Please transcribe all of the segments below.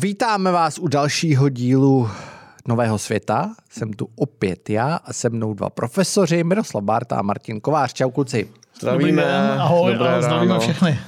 Vítáme vás u dalšího dílu Nového světa. Jsem tu opět já a se mnou dva profesoři, Miroslav Bárta a Martin Kovář. Čau kluci. Zdravíme. Ahoj, a zdravíme všechny.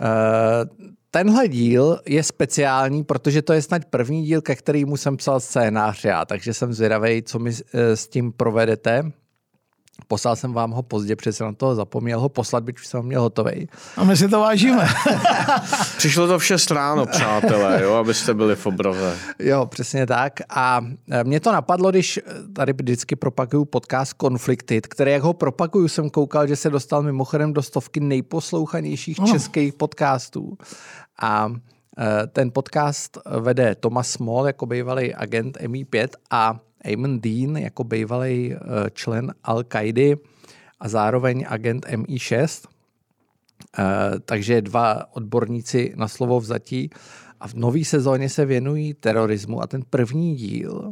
Tenhle díl je speciální, protože to je snad první díl, ke kterému jsem psal scénář já, takže jsem zvědavej, co mi s tím provedete. Poslal jsem vám ho pozdě, protože jsem na toho zapomněl ho poslat, byť už jsem ho měl hotovej. A my si to vážíme. Přišlo to v 6 ráno, přátelé, jo, abyste byli v obraze. Jo, přesně tak. A mě to napadlo, když tady vždycky propaguju podcast Conflicted, který, jak ho propaguju, jsem koukal, že se dostal mimochodem do 100 nejposlouchanějších českých podcastů. A ten podcast vede Thomas Small jako bývalý agent MI5 a Eamon Dean jako bývalý člen Al-Kaidy a zároveň agent MI6. Takže dva odborníci na slovo vzatí a v nové sezóně se věnují terorismu a ten první díl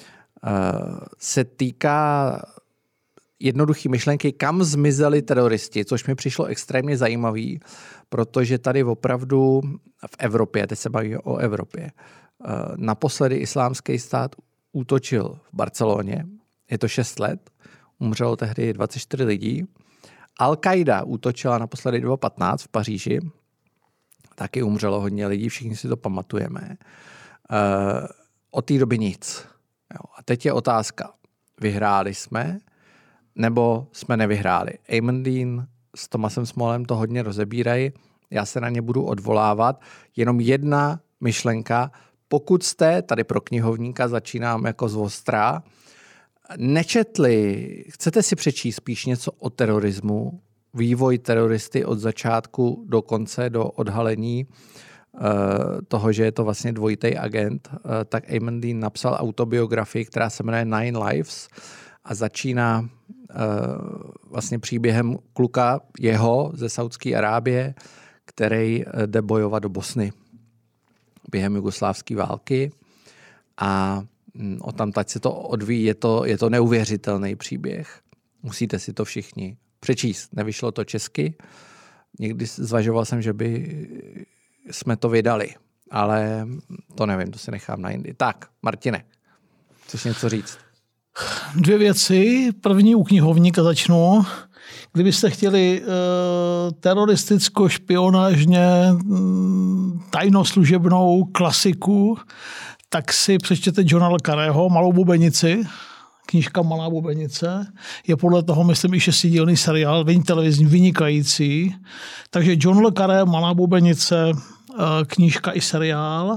se týká jednoduché myšlenky, kam zmizeli teroristi, což mi přišlo extrémně zajímavý, protože tady opravdu v Evropě, teď se bavíme o Evropě, naposledy Islámský stát útočil v Barceloně, je to 6 let, umřelo tehdy 24 lidí. Al-Qaida útočila naposledy 2015 v Paříži, taky umřelo hodně lidí, všichni si to pamatujeme. Od té doby nic. Jo. A teď je otázka, vyhráli jsme, nebo jsme nevyhráli. Eamon Dean s Thomasem Smallem to hodně rozebírají, já se na ně budu odvolávat. Jenom jedna myšlenka, pokud jste, tady pro knihovníka začínám jako z ostra, nečetli, chcete si přečíst spíš něco o terorismu, vývoj teroristy od začátku do konce, do odhalení toho, že je to vlastně dvojitý agent, tak Eamon Dean napsal autobiografii, která se jmenuje Nine Lives a začíná vlastně příběhem kluka jeho ze Saudské Arábie, který jde bojovat do Bosny během jugoslávské války a odtamtud se to odvíjí, je to neuvěřitelný příběh. Musíte si to všichni přečíst. Nevyšlo to česky. Někdy zvažoval jsem, že by jsme to vydali, ale to nevím, to si nechám na jindy. Tak, Martine, chceš něco říct? 2 věci. První u knihovníka začnu. Kdybyste chtěli teroristicko-špionážně tajnoslužebnou klasiku, tak si přečtěte Johna le Carrého Malou bubenici. Knížka Malá bubenice. Je podle toho, myslím, i 6dílný seriál, televizní, vynikající. Takže John le Carré, Malá bubenice, knížka i seriál.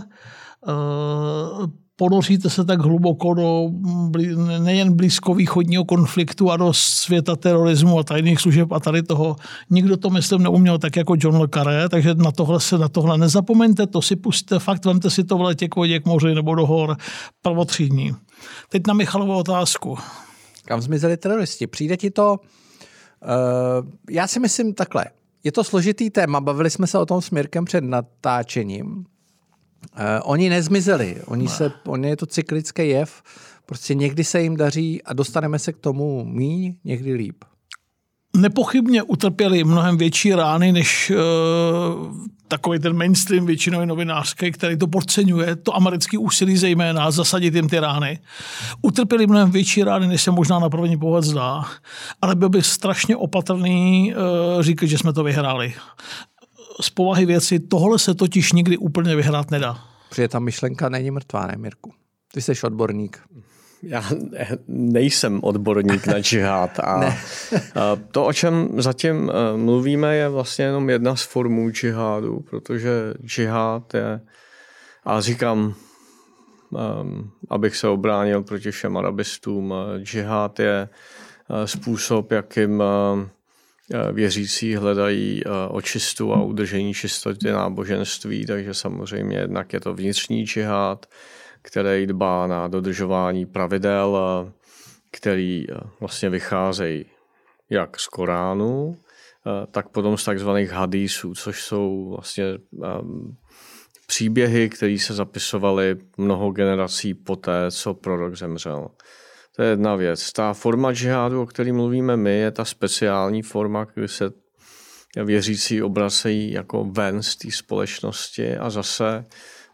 Ponoříte se tak hluboko do nejen blízkovýchodního konfliktu a do světa terorismu a tajných služeb a tady toho. Nikdo to, myslím, neuměl tak jako John le Carré, takže na tohle nezapomeňte, to si pustíte, fakt vemte si to v letě k vodě, k moři nebo do hor prvotřídní. Teď na Michalovu otázku. Kam zmizeli teroristi? Přijde ti to? Já si myslím takhle. Je to složitý téma, bavili jsme se o tom s Mirkem před natáčením. Oni nezmizeli, oni je to cyklický jev, prostě někdy se jim daří a dostaneme se k tomu míň, někdy líp. Nepochybně utrpěli mnohem větší rány, než takový ten mainstream většinový novinářský, který to podceňuje, to americký úsilí zejména, zasadit jim ty rány. Utrpěli mnohem větší rány, než se možná na první pohled zdá, ale byl bych strašně opatrný říkat, že jsme to vyhráli. Z povahy věci, tohle se totiž nikdy úplně vyhrát nedá. Protože ta myšlenka není mrtvá, ne, Mirku? Ty jsi odborník. Já nejsem odborník na džihad. A to, o čem zatím mluvíme, je vlastně jenom jedna z formů džihádu, protože džihad je, a říkám, abych se obránil proti všem arabistům, džihad je způsob, jakým věřící hledají očistu a udržení čistoty náboženství, takže samozřejmě jednak je to vnitřní džihad, který dbá na dodržování pravidel, který vlastně vycházejí jak z Koránu, tak potom z takzvaných hadísů, což jsou vlastně příběhy, které se zapisovaly mnoho generací poté, co prorok zemřel. To je jedna věc. Ta forma džihádu, o které mluvíme my, je ta speciální forma, kdy se věřící obracejí jako ven z té společnosti a zase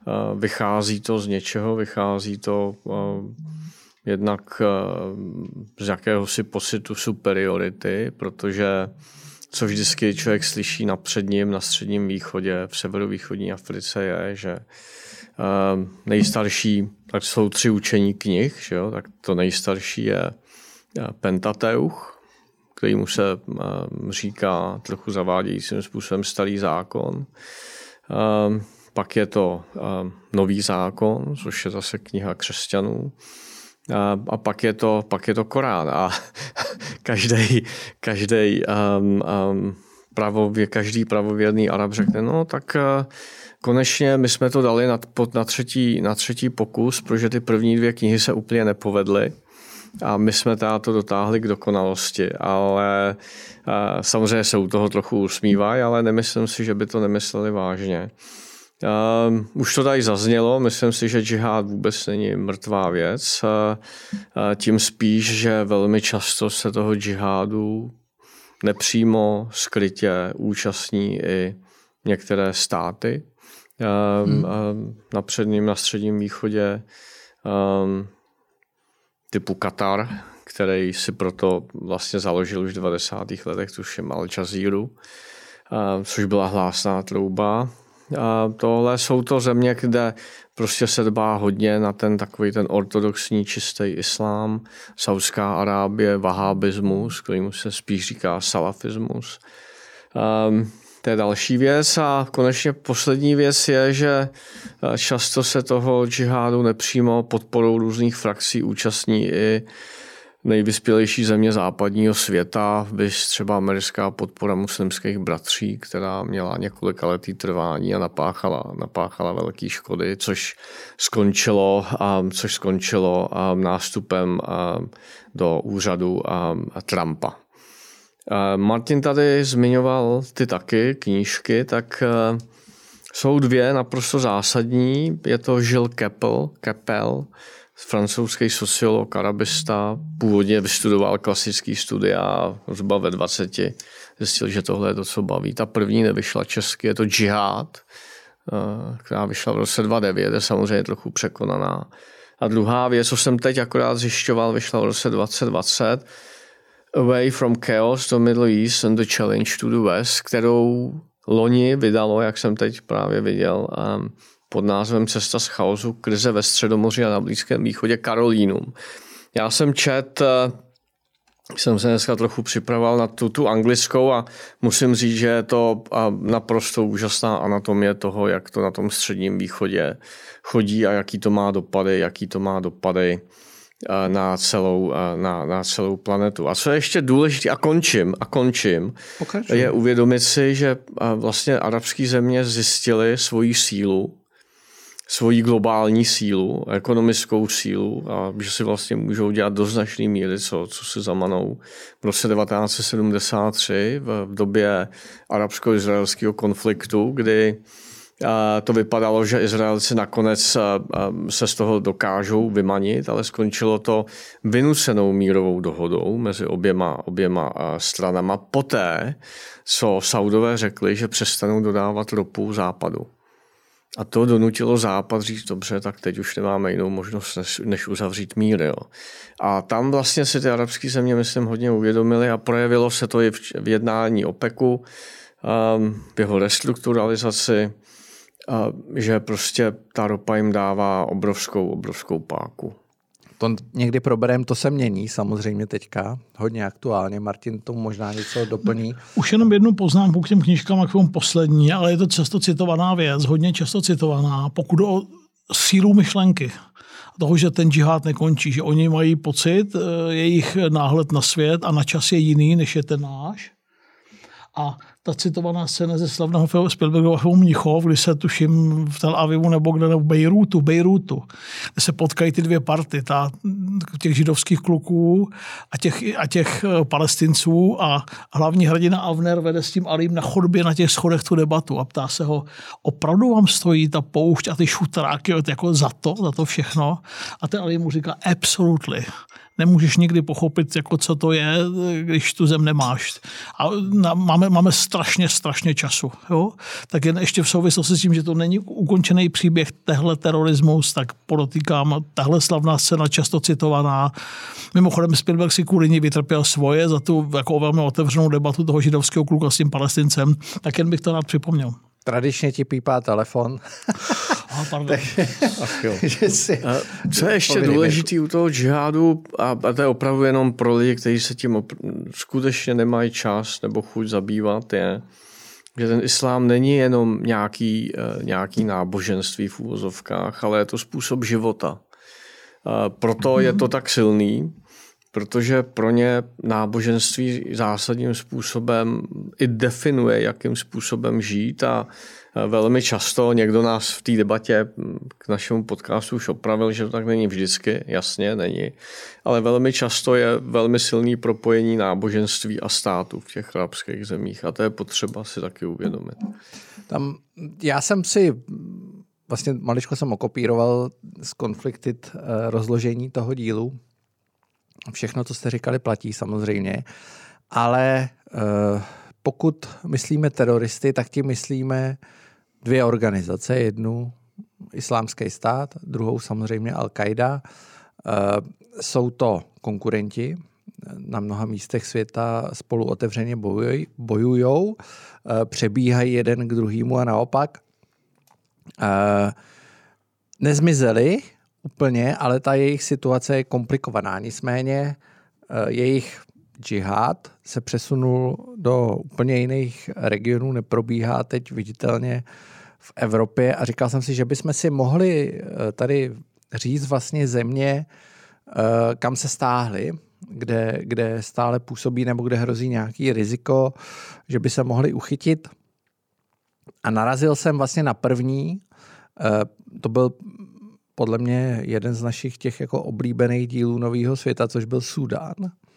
vychází to z něčeho, vychází to jednak z jakéhosi pocitu superiority, protože co vždycky člověk slyší na Středním východě, v severovýchodní Africe je, že nejstarší, tak jsou 3 učení knih, že jo? Tak to nejstarší je Pentateuch, kterýmu se říká trochu zavádějícím způsobem Starý zákon. Pak je to Nový zákon, což je zase kniha křesťanů. A pak je to Korán. A každý pravověrný Arab řekne, no tak konečně my jsme to dali na třetí pokus, protože ty první 2 knihy se úplně nepovedly. A my jsme to dotáhli k dokonalosti, ale samozřejmě se u toho trochu usmívají, ale nemyslím si, že by to nemysleli vážně. Už to tady zaznělo, myslím si, že džihad vůbec není mrtvá věc. Tím spíš, že velmi často se toho džihádu nepřímo skrytě účastní i některé státy. Na Středním východě typu Katar, který si proto vlastně založil už v 90. letech, tuším Al Jazeera, což byla hlásná trouba. Tohle jsou to země, kde prostě se dbá hodně na ten ortodoxní čistý islám, Saudská Arábie, vahábismus, kterému se spíš říká salafismus. To je další věc a konečně poslední věc je, že často se toho džihádu nepřímo podporou různých frakcí účastní i nejvyspělejší země západního světa, viz třeba americká podpora muslimských bratří, která měla několikaletý trvání a napáchala velké škody, což skončilo nástupem do úřadu Trumpa. Martin tady zmiňoval ty taky knížky, tak jsou 2 naprosto zásadní. Je to Gilles Kepel, francouzský sociolog, arabista, původně vystudoval klasický studia, zhruba ve 20 zjistil, že tohle je to, co baví. Ta první nevyšla česky, je to Džihad, která vyšla v roce 2009, je samozřejmě trochu překonaná. A druhá věc, co jsem teď akorát zjišťoval, vyšla v roce 2020, Away from Chaos to Middle East and the Challenge to the West, kterou loni vydalo, jak jsem teď právě viděl, pod názvem Cesta z chaosu, krize ve Středomoří a na Blízkém východě Karolínum. Já jsem jsem se dneska trochu připravoval na tu anglickou a musím říct, že je to naprosto úžasná anatomie toho, jak to na tom Středním východě chodí a jaký to má dopady na celou planetu. A co je ještě důležité, a končím, je uvědomit si, že vlastně arabské země zjistily svoji globální sílu, ekonomickou sílu a že si vlastně můžou dělat do značné míry, co si zamanou. V roce 1973 v době arabsko-izraelského konfliktu, kdy to vypadalo, že Izraelci nakonec se z toho dokážou vymanit, ale skončilo to vynucenou mírovou dohodou mezi oběma stranama poté, co Saudové řekli, že přestanou dodávat ropu západu. A to donutilo Západ říct, dobře, tak teď už nemáme jinou možnost, než uzavřít mír. Jo. A tam vlastně si ty arabské země, myslím, hodně uvědomili a projevilo se to i v jednání OPECu, v jeho restrukturalizaci, že prostě ta ropa jim dává obrovskou páku. To někdy probereme, to se mění samozřejmě teďka, hodně aktuálně. Martin tomu možná něco doplní. Už jenom jednu poznámku k těm knížkám, k tomu poslední, ale je to často citovaná věc, hodně často citovaná, pokud o sílu myšlenky. Toho, že ten džihad nekončí, že oni mají pocit, jejich náhled na svět a na čas je jiný, než je ten náš. A ta citovaná scéna ze slavného Spielbergova filmu Mnichov, kdy se tuším v Tel Avivu nebo kde v Bejrútu, kde se potkají ty 2 party, těch židovských kluků a těch Palestinců a hlavní hrdina Avner vede s tím Alím na chodbě na těch schodech tu debatu a ptá se ho, opravdu vám stojí ta poušť a ty šutráky jako za to všechno? A ten Alím mu říká, absolutely. Nemůžeš nikdy pochopit, jako co to je, když tu zem nemáš. A máme strašně času. Jo? Tak jen ještě v souvislosti s tím, že to není ukončený příběh tehle terorismus, tak podotýkám, tahle slavná scéna často citovaná. Mimochodem Spielberg si kvůli ní vytrpěl svoje za tu jako velmi otevřenou debatu toho židovského kluka s tím Palestincem, tak jen bych to rád připomněl. Tradičně ti pípá telefon. Pardon. Co je ještě důležitý u toho džihádu, a to je opravdu jenom pro lidi, kteří se tím skutečně nemají čas nebo chuť zabývat, je, že ten islám není jenom nějaký náboženství v úvozovkách, ale je to způsob života. Proto je to tak silný, protože pro ně náboženství zásadním způsobem i definuje, jakým způsobem žít, a velmi často někdo nás v té debatě k našemu podcastu už opravil, že to tak není vždycky, jasně není, ale velmi často je velmi silný propojení náboženství a státu v těch arabských zemích a to je potřeba si taky uvědomit. Tam já jsem si vlastně maličko jsem okopíroval z Conflicted rozložení toho dílu. Všechno, co jste říkali, platí samozřejmě, ale pokud myslíme teroristy, tak tím myslíme dvě organizace. Jednu Islámský stát, druhou samozřejmě Al-Qaida. Jsou to konkurenti, na mnoha místech světa spolu otevřeně bojujou, přebíhají jeden k druhému a naopak. Nezmizeli úplně, ale ta jejich situace je komplikovaná. Nicméně jejich džihad se přesunul do úplně jiných regionů, neprobíhá teď viditelně v Evropě a říkal jsem si, že bychom si mohli tady říct vlastně země, kam se stáhli, kde stále působí nebo kde hrozí nějaký riziko, že by se mohli uchytit. A narazil jsem vlastně na první, to byl podle mě jeden z našich těch jako oblíbených dílů Nového světa, což byl Súdán.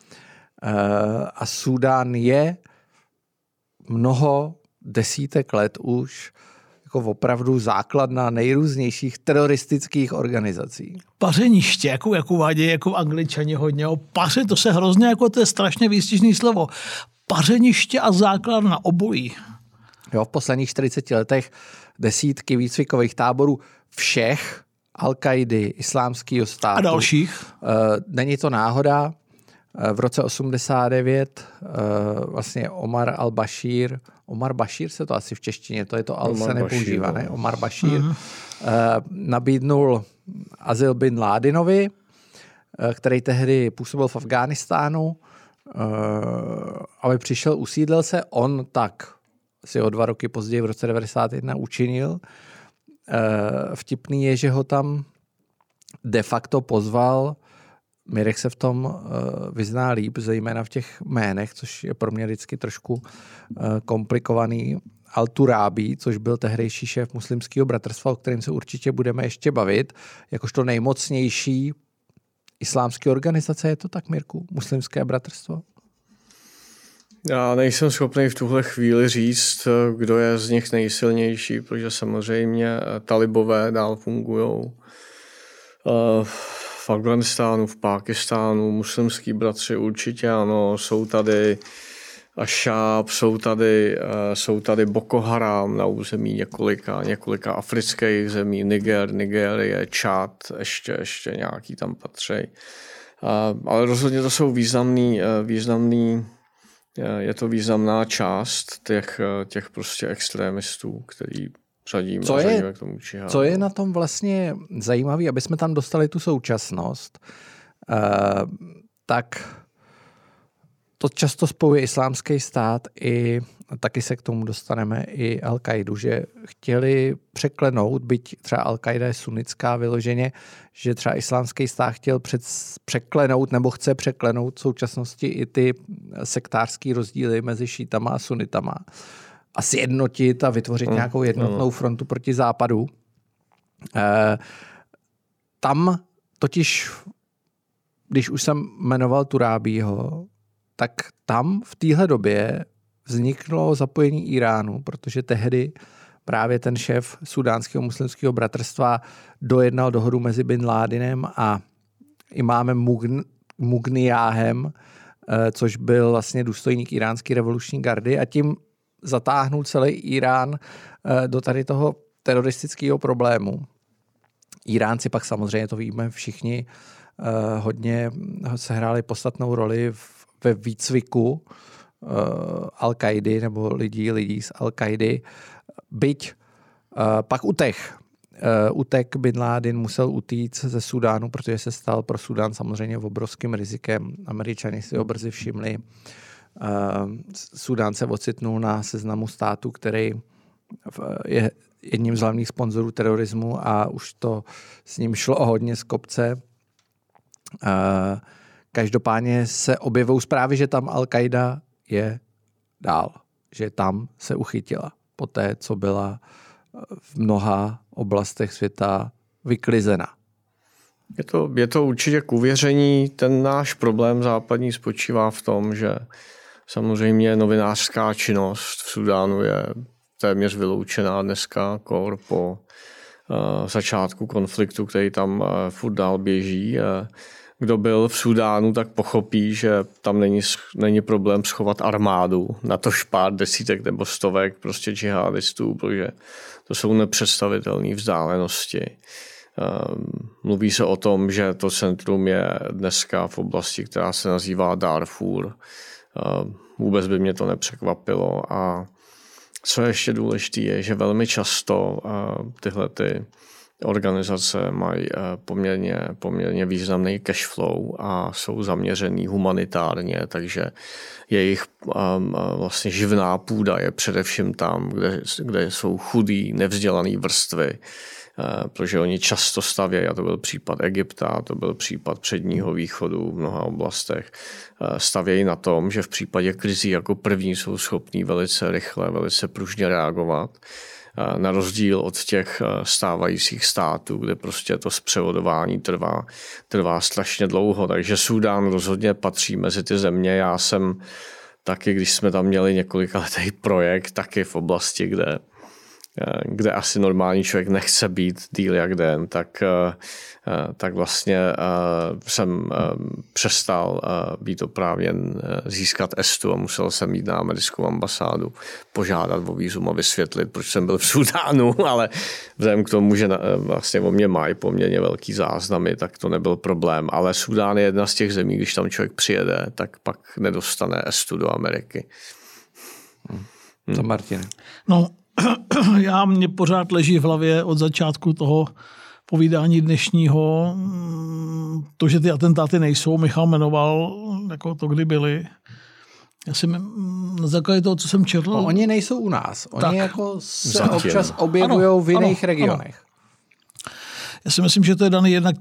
A Súdán je mnoho desítek let už jako opravdu základna nejrůznějších teroristických organizací. Pařeniště, jak uvádějí jako Angličani hodně. Paře, to se hrozně, jako to je strašně výstižný slovo. Pařeniště a základna obojí. Jo, v posledních 40 letech desítky výcvikových táborů všech Al-Kaidy, Islámského státu. A dalších. Není to náhoda. V roce 89 vlastně Omar al-Bashir, Omar Bashir se to asi v češtině, to je to Al se nepoužívá, ne? Omar Bashir nabídnul azyl Bin Ládinovi, který tehdy působil v Afghánistánu, aby přišel, usídlil se, on tak si o 2 roky později v roce 91 učinil. Vtipný je, že ho tam de facto pozval, Mirek se v tom vyzná líp, zejména v těch jménech, což je pro mě vždycky trošku komplikovaný, Al-Turábí, což byl tehdejší šéf muslimského bratrstva, o kterém se určitě budeme ještě bavit, jakožto nejmocnější islámské organizace. Je to tak, Mirku? Muslimské bratrstvo? Já nejsem schopný v tuhle chvíli říct, kdo je z nich nejsilnější, protože samozřejmě talibové dál fungujou. V Afghánistánu, v Pákistánu, muslimský bratři určitě ano, jsou tady Ašáb, jsou tady Boko Haram na území několika afrických zemí, Nigérie, Čad, ještě nějaký tam patří. Ale rozhodně to jsou významný je to významná část těch prostě extrémistů, který řadíme k tomu džihádu. Co je na tom vlastně zajímavé, aby jsme tam dostali tu současnost, tak to často spojuje Islámský stát i, taky se k tomu dostaneme, i Al-Kaidu, že chtěli překlenout, byť třeba Al-Qaida je sunnická vyloženě, že třeba Islámský stát chtěl překlenout nebo chce překlenout v současnosti i ty sektářský rozdíly mezi šítama a sunitama a sjednotit a vytvořit nějakou jednotnou frontu proti západu. Tam totiž, když už jsem jmenoval Turábího, tak tam v téhle době vzniklo zapojení Iránu, protože tehdy právě ten šéf Súdánského muslimského bratrstva dojednal dohodu mezi Bin Ládinem a imámem Mugnijáhem, což byl vlastně důstojník iránské revoluční gardy a tím zatáhnul celý Irán do tady toho teroristického problému. Iránci pak samozřejmě, to víme všichni, hodně sehráli podstatnou roli ve výcviku Al-Kaidy nebo lidí z Al-Kaidy. Byť pak utek Bin Laden, musel utíct ze Súdánu, protože se stal pro Súdán samozřejmě obrovským rizikem. Američani si ho brzy všimli. Súdán se ocitnul na seznamu státu, který je jedním z hlavních sponzorů terorismu a už to s ním šlo hodně z kopce. Každopádně se objevují zprávy, že tam Al-Qaida je dál, že tam se uchytila po té, co byla v mnoha oblastech světa vyklizena. Je to určitě k uvěření. Ten náš problém západní spočívá v tom, že samozřejmě novinářská činnost v Súdánu je téměř vyloučená dneska po začátku konfliktu, který tam furt dál běží. Kdo byl v Súdánu, tak pochopí, že tam není problém schovat armádu, natož pár desítek nebo stovek prostě džihadistů, protože to jsou nepředstavitelné vzdálenosti. Mluví se o tom, že to centrum je dneska v oblasti, která se nazývá Darfur. Vůbec by mě to nepřekvapilo. A co je ještě důležité, je, že velmi často tyhle ty organizace mají poměrně významný cash flow a jsou zaměřený humanitárně, takže jejich vlastně živná půda je především tam, kde jsou chudý, nevzdělaný vrstvy, protože oni často stavějí, a to byl případ Egypta, to byl případ Předního východu v mnoha oblastech, stavějí na tom, že v případě krizí jako první jsou schopní velice rychle, velice pružně reagovat, na rozdíl od těch stávajících států, kde prostě to zpřevodování trvá strašně dlouho. Takže Súdán rozhodně patří mezi ty země. Já jsem taky, když jsme tam měli několikaletý projekt, taky v oblasti, kde asi normální člověk nechce být díl jak den, tak vlastně jsem přestal být oprávněn získat estu a musel jsem jít na americkou ambasádu, požádat o vízum a vysvětlit, proč jsem byl v Súdánu, ale vzhledem k tomu, že vlastně o mě mají poměrně velký záznamy, tak to nebyl problém. Ale Súdán je jedna z těch zemí, když tam člověk přijede, tak pak nedostane estu do Ameriky. Co, Martine? No, mě pořád leží v hlavě od začátku toho povídání dnešního, to, že ty atentáty nejsou, Michal jmenoval jako to, kdy byly. Já si na základě toho, co jsem četl... No, oni nejsou u nás. Oni jako se občas objevují v jiných regionech. Ano. Já si myslím, že to je daný jednak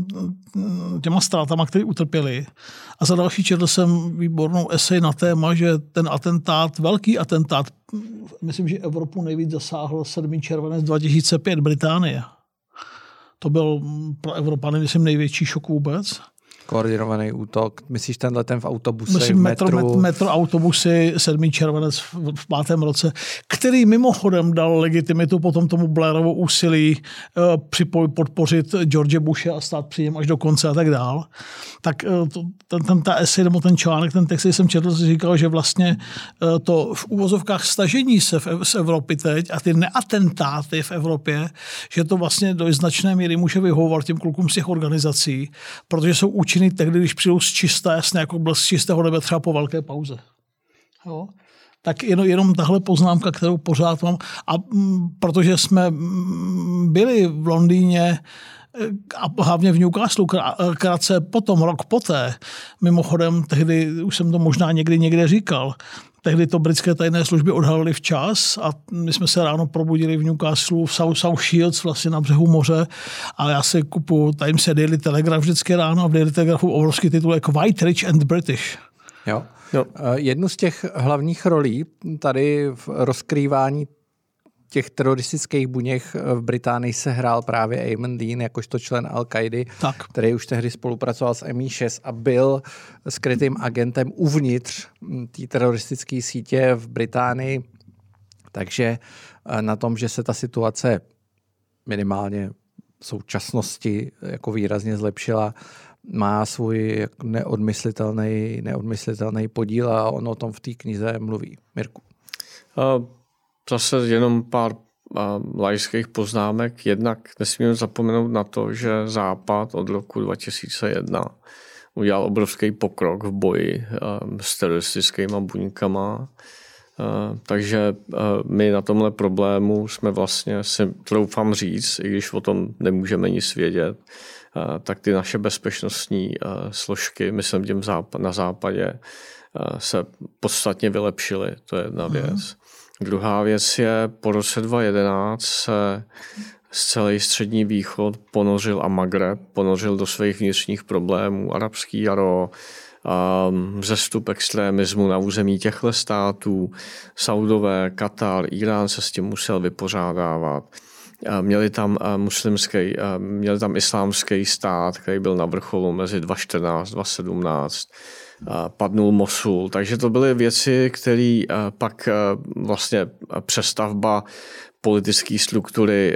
těma ztrátama, které utrpěli. A za další četl jsem výbornou esej na téma, že ten atentát, velký atentát, myslím, že Evropu nejvíc zasáhl 7. červenec 2005 Británie. To byl pro Evropany, myslím, největší šok vůbec. Koordinovaný útok. Myslíš ten v autobuse? Myslím, metro autobusy 7. červenec v 5. roce, který mimochodem dal legitimitu potom tomu Blairovu úsilí podpořit George Bushe a stát při něm až do konce a tak dál. Tak ta esej nebo ten článek, ten text, který jsem četl, říkal, že vlastně to v uvozovkách stažení se z Evropy teď a ty neatentáty v Evropě, že to vlastně do značné míry může vyhovovat těm klukům z těch organizací, protože jsou účinný tehdy, když přijdou z čisté, jasně, jako byl z čistého nebe třeba po velké pauze. Jo? Tak jenom tahle poznámka, kterou pořád mám. A protože jsme byli v Londýně a hlavně v Newcastlu krátce potom, rok poté, mimochodem tehdy, už jsem to možná někde říkal, tehdy to britské tajné služby odhalily včas a my jsme se ráno probudili v Newcastlu v South Shields, vlastně na břehu moře, a já si kupuju Times a Daily Telegraph vždycky ráno a v Daily Telegraphu obrovský titul jako White, Rich and British. Jo. Jednu z těch hlavních rolí tady v rozkrývání těch teroristických buněch v Británii se hrál právě Ayman Dean, jakožto člen Al-Kaidy, který už tehdy spolupracoval s MI6 a byl skrytým agentem uvnitř té teroristické sítě v Británii. Takže na tom, že se ta situace minimálně v současnosti jako výrazně zlepšila, má svůj neodmyslitelný podíl a on o tom v té knize mluví. Mirku. Zase jenom pár laických poznámek. Jednak nesmíme zapomenout na to, že Západ od roku 2001 udělal obrovský pokrok v boji s teroristickými buňkama. Takže my na tomhle problému jsme vlastně, si troufám říct, i když o tom nemůžeme nic vědět, tak ty naše bezpečnostní složky, myslím tím na západě, se podstatně vylepšily. To je jedna věc. Druhá věc je, po roce 2011 se celý střední východ ponořil a Magreb ponořil do svých vnitřních problémů. Arabský jaro, vzestup extrémismu na území těchto států, Saudové, Katar, Irán se s tím musel vypořádávat. Měli tam islámský stát, který byl na vrcholu mezi 2014 a 2017. Padnul Mosul. Takže to byly věci, které pak vlastně přestavba politické struktury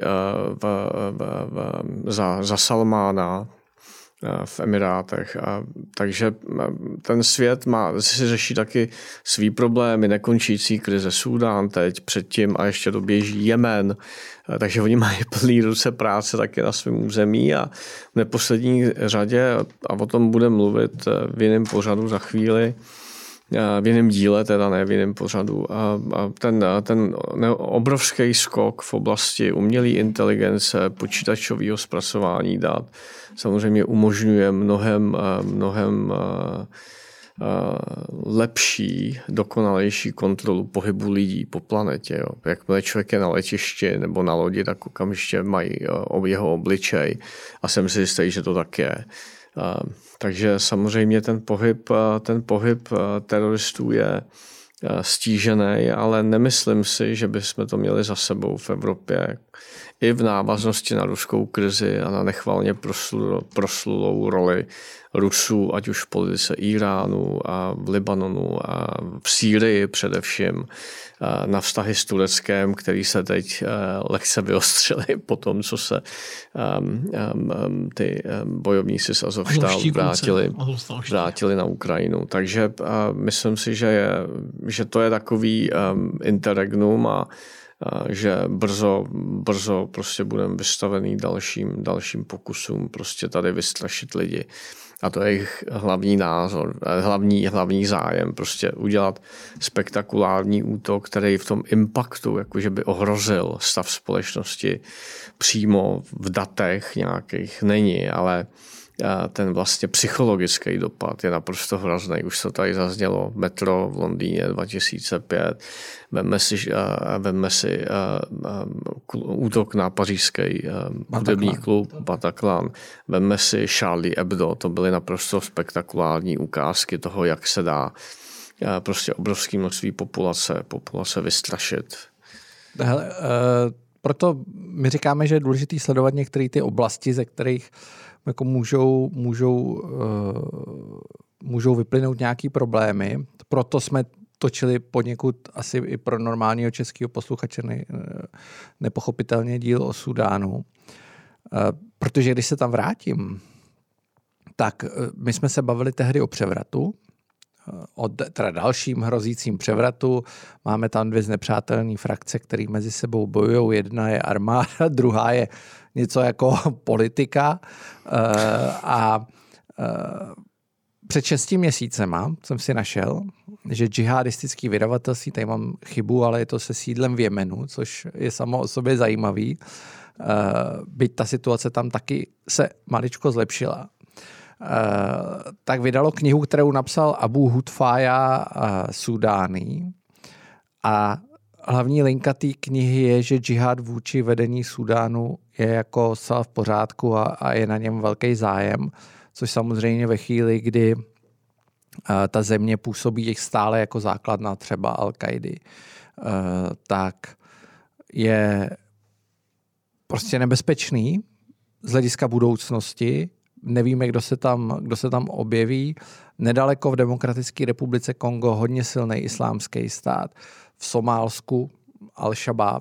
za Salmána v Emirátech. Takže ten svět si řeší taky svý problémy, nekončící krize Súdán teď předtím a ještě doběží Jemen. Takže oni mají plný ruce práce taky na svém území a v neposlední řadě, a o tom budeme mluvit v jiném pořadu za chvíli, v jiném díle, teda ne v jiném pořadu. Ten obrovský skok v oblasti umělé inteligence, počítačového zpracování dat samozřejmě umožňuje mnohem lepší, dokonalejší kontrolu pohybu lidí po planetě. Jo. Jakmile člověk je na letišti nebo na lodi, tak okamžitě mají jeho obličej a jsem si jistý, že to tak je. Takže samozřejmě ten pohyb teroristů je stížený, ale nemyslím si, že bychom to měli za sebou v Evropě. I v návaznosti na ruskou krizi a na nechvalně proslulou roli Rusů, ať už v politice Iránu a v Libanonu a v Sýrii především, na vztahy s Tureckem, který se teď lehce vyostřili po tom, co se ty bojovníci z Azovstálu vrátili na Ukrajinu. Takže myslím si, že to je takový interregnum a že brzo prostě budeme vystavený dalším pokusům prostě tady vystrašit lidi. A to je jejich hlavní názor, hlavní zájem, prostě udělat spektakulární útok, který v tom impaktu jakože by ohrozil stav společnosti přímo v datech nějakých není, ale ten vlastně psychologický dopad je naprosto hrozný. Už to tady zaznělo, metro v Londýně 2005, vemme si útok na pařížský hudební klub Bataclan, vemme si Charlie Hebdo, to byly naprosto spektakulární ukázky toho, jak se dá prostě obrovský množství populace vystrašit. Hele, proto my říkáme, že je důležité sledovat některé ty oblasti, ze kterých jako můžou vyplynout nějaký problémy. Proto jsme točili poněkud asi i pro normálního českého posluchače nepochopitelně díl o Súdánu. Protože když se tam vrátím, tak my jsme se bavili tehdy o převratu, o teda dalším hrozícím převratu. Máme tam dvě znepřátelné frakce, které mezi sebou bojují. Jedna je armáda, druhá je něco jako politika. Před 6 měsícema jsem si našel, že džihadistický vydavatelství, tady mám chybu, ale je to se sídlem v Jemenu, což je samo o sobě zajímavý. Byť ta situace tam taky se maličko zlepšila. Tak vydalo knihu, kterou napsal Abu Hudfája Súdány. A hlavní linka té knihy je, že džihad vůči vedení Súdánu je jako zcela v pořádku a je na něm velký zájem, což samozřejmě ve chvíli, kdy ta země působí stále jako základna třeba Al-Kaidy, tak je prostě nebezpečný z hlediska budoucnosti. Nevíme, kdo se tam objeví. Nedaleko v Demokratické republice Kongo hodně silný islámský stát. V Somálsku Al-Shabaab,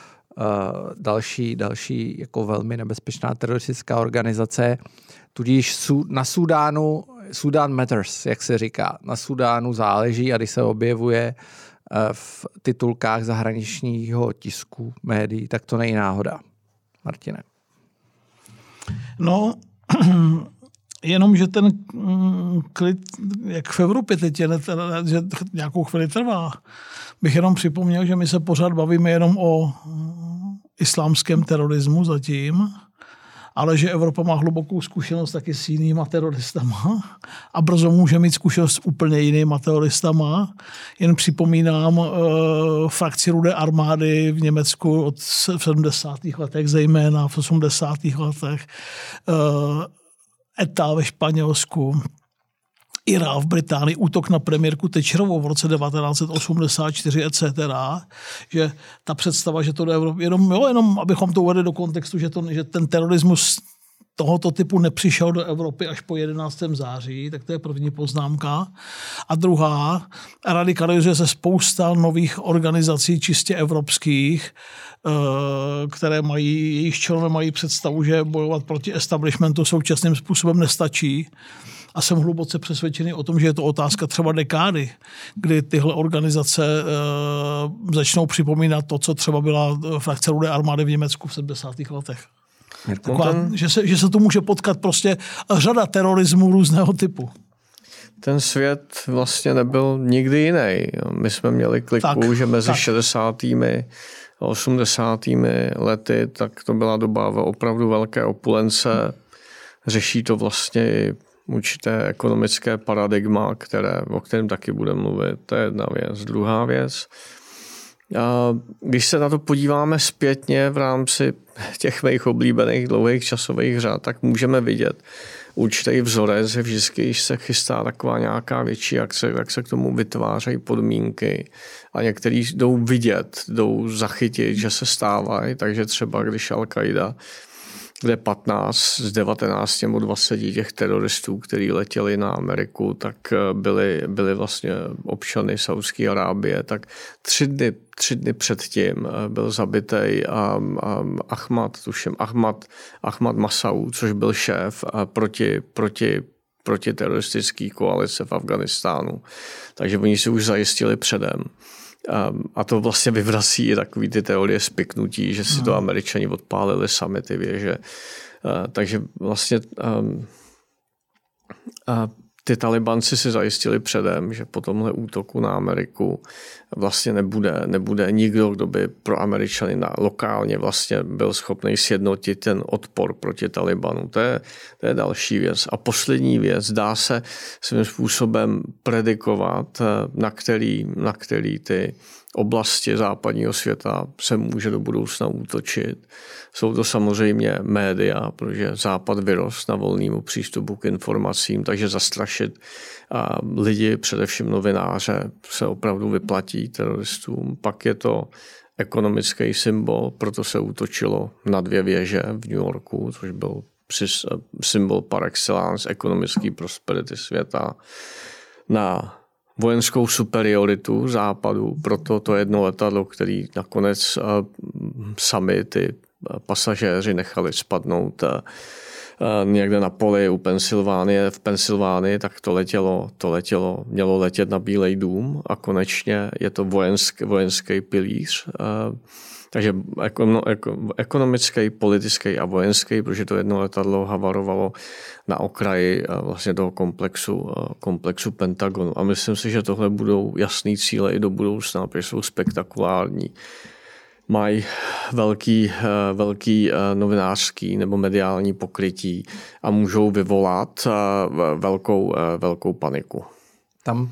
další jako velmi nebezpečná teroristická organizace. Tudíž na Súdánu, Sudan matters, jak se říká. Na Súdánu záleží a když se objevuje v titulkách zahraničního tisku, médií, tak to není náhoda. Martine. No, jenom, že ten klid, jak v Evropě teď je, že nějakou chvíli trvá, bych jenom připomněl, že my se pořád bavíme jenom o islámském terorismu zatím, ale že Evropa má hlubokou zkušenost taky s jinýma teroristama a brzo může mít zkušenost s úplně jinýma teroristama. Jen připomínám frakci Rudé armády v Německu od 70. letech, zejména v 80. letech, ETA ve Španělsku, Irák v Británii, útok na premiérku Thatcherovou v roce 1984, etc., že ta představa, že to do Evropy, jenom abychom to uvedli do kontextu, že ten terorismus tohoto typu nepřišel do Evropy až po 11. září, tak to je první poznámka. A druhá, radikalizuje se spousta nových organizací čistě evropských, které mají, jejich členové mají představu, že bojovat proti establishmentu současným způsobem nestačí. A jsem hluboce přesvědčený o tom, že je to otázka třeba dekády, kdy tyhle organizace začnou připomínat to, co třeba byla frakce Rudé armády v Německu v 70. letech. Taková, že se tu může potkat prostě řada terorismů různého typu. Ten svět vlastně nebyl nikdy jiný. My jsme měli kliku, že mezi 60. a 80. lety, tak to byla doba opravdu velké opulence. Řeší to vlastně určité ekonomické paradigma, o kterém taky budeme mluvit. To je jedna věc. Druhá věc, když se na to podíváme zpětně v rámci těch mých oblíbených dlouhých časových řad, tak můžeme vidět určitý vzorec, že vždycky, když se chystá taková nějaká větší akce, jak se k tomu vytvářejí podmínky a některý jdou vidět, jdou zachytit, že se stávají, takže třeba když Al-Qaida, kde 15 z 19 nebo 20 těch teroristů, kteří letěli na Ameriku, tak byli vlastně občany Saúdské Arábie, tak tři dny předtím byl zabitý Ahmad Massoud, což byl šéf proti teroristické koalice v Afghánistánu. Takže oni si už zajistili předem. A to vlastně vyvrací i takový ty teorie spiknutí, že si to Američani odpálili sami ty věže. Takže vlastně ty Talibanci si zajistili předem, že po tomhle útoku na Ameriku vlastně nebude nikdo, kdo by pro Američany lokálně vlastně byl schopný sjednotit ten odpor proti Talibanu. To je další věc. A poslední věc, dá se svým způsobem predikovat, na který ty oblasti západního světa se může do budoucna útočit. Jsou to samozřejmě média, protože Západ vyrost na volnému přístupu k informacím, takže zastrašit lidi, především novináře, se opravdu vyplatí teroristům. Pak je to ekonomický symbol, proto se útočilo na 2 věže v New Yorku, což byl symbol par excellence ekonomické prosperity světa. Na vojenskou superioritu Západu, proto to jedno letadlo, který nakonec sami ty pasažéři nechali spadnout někde na poli v Pensylvánii, tak to mělo letět na Bílej dům a konečně je to vojenský pilíř. Takže ekonomický, politický a vojenský, protože to jedno letadlo havarovalo na okraji vlastně toho komplexu Pentagonu. A myslím si, že tohle budou jasný cíle i do budoucna, protože jsou spektakulární. Mají velký novinářský nebo mediální pokrytí a můžou vyvolat velkou paniku. Tam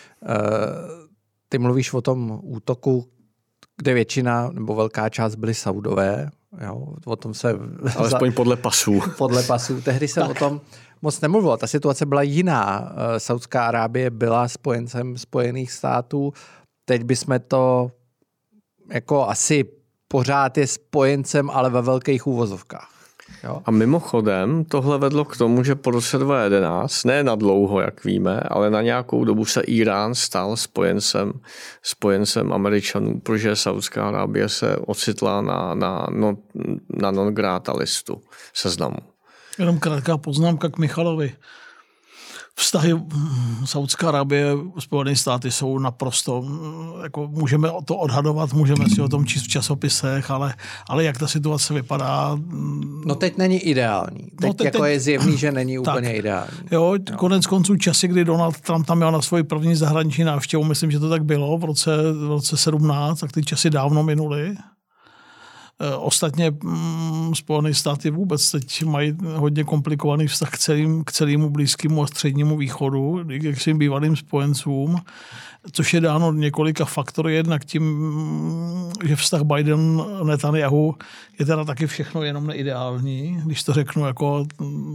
ty mluvíš o tom útoku, kde většina nebo velká část byly Saudové. Jo, o tom se... Alespoň podle pasů. Podle pasů. Tehdy se o tom moc nemluvilo. Ta situace byla jiná. Saudská Arábie byla spojencem Spojených států. Teď bychom to jako asi pořád je spojencem, ale ve velkých úvozovkách. Jo? A mimochodem tohle vedlo k tomu, že po roce 2011, ne na dlouho, jak víme, ale na nějakou dobu se Irán stal spojencem Američanů, protože Saudská Arábie se ocitla na non-grata listu seznamu. Jenom krátká poznámka k Michalovi. Vztahy Saudská Arábie, Spojené státy jsou naprosto, jako můžeme to odhadovat, můžeme si o tom číst v časopisech, ale jak ta situace vypadá. No teď není ideální. Teď je zjevný, že není úplně ideální. Jo, konec konců časy, kdy Donald Trump tam měl na svoji první zahraniční návštěvu, myslím, že to tak bylo v roce 17, tak ty časy dávno minuly. Ostatně Spojené státy vůbec teď mají hodně komplikovaný vztah k celému Blízkému a Střednímu východu, k svým bývalým spojencům, což je dáno několika faktory, jednak tím, že vztah Biden-Netanyahu je teda taky všechno jenom neideální, když to řeknu jako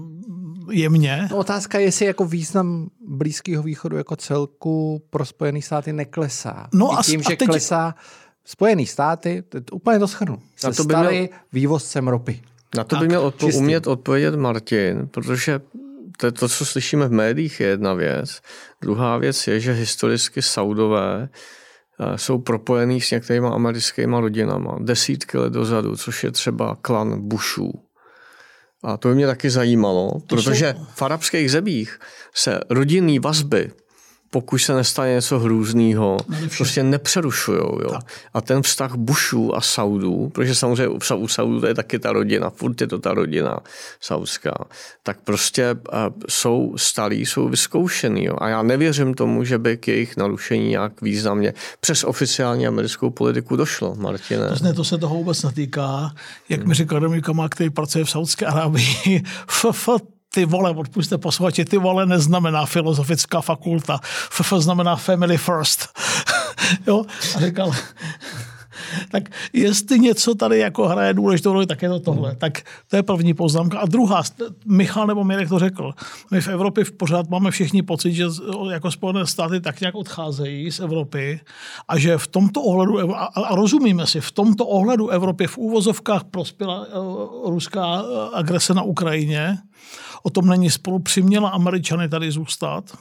jemně. No, otázka je, jestli jako význam Blízkého východu jako celku pro Spojené státy neklesá. No I tím, že klesá Spojené státy, úplně to shrnu, se staly vývozcem ropy. Na to by měl umět odpovědět Martin, protože to, co slyšíme v médiích, je jedna věc. Druhá věc je, že historicky Saudové jsou propojení s některýma americkýma rodinama desítky let dozadu, což je třeba klan Bushů. A to by mě taky zajímalo, protože v arabských zemích se rodinný vazby, pokud se nestane něco hrůznýho, prostě nepřerušujou. Jo. A ten vztah Bushů a Saudů, protože samozřejmě u Saudů to je taky ta rodina, furt je to ta rodina saudská, tak prostě jsou stalí, jsou vyzkoušený. Jo. A já nevěřím tomu, že by k jejich narušení nějak významně přes oficiální americkou politiku došlo, Martine. To se toho vůbec netýká. Jak mi říkal Dominika Má, který pracuje v Saudské Arábii, ty vole, odpusťte posluchači, ty vole neznamená filozofická fakulta. FF znamená family first. Jo? A říkal, tak jestli něco tady jako hraje důležitou roli, tak je to tohle. Tak to je první poznámka. A druhá, Michal nebo Mirek to řekl, my v Evropě pořád máme všichni pocit, že jako Spojené státy tak nějak odcházejí z Evropy a že v tomto ohledu, a rozumíme si, v tomto ohledu Evropě v úvozovkách prospěla ruská agrese na Ukrajině, o tom není sporu, přiměla Američany tady zůstat,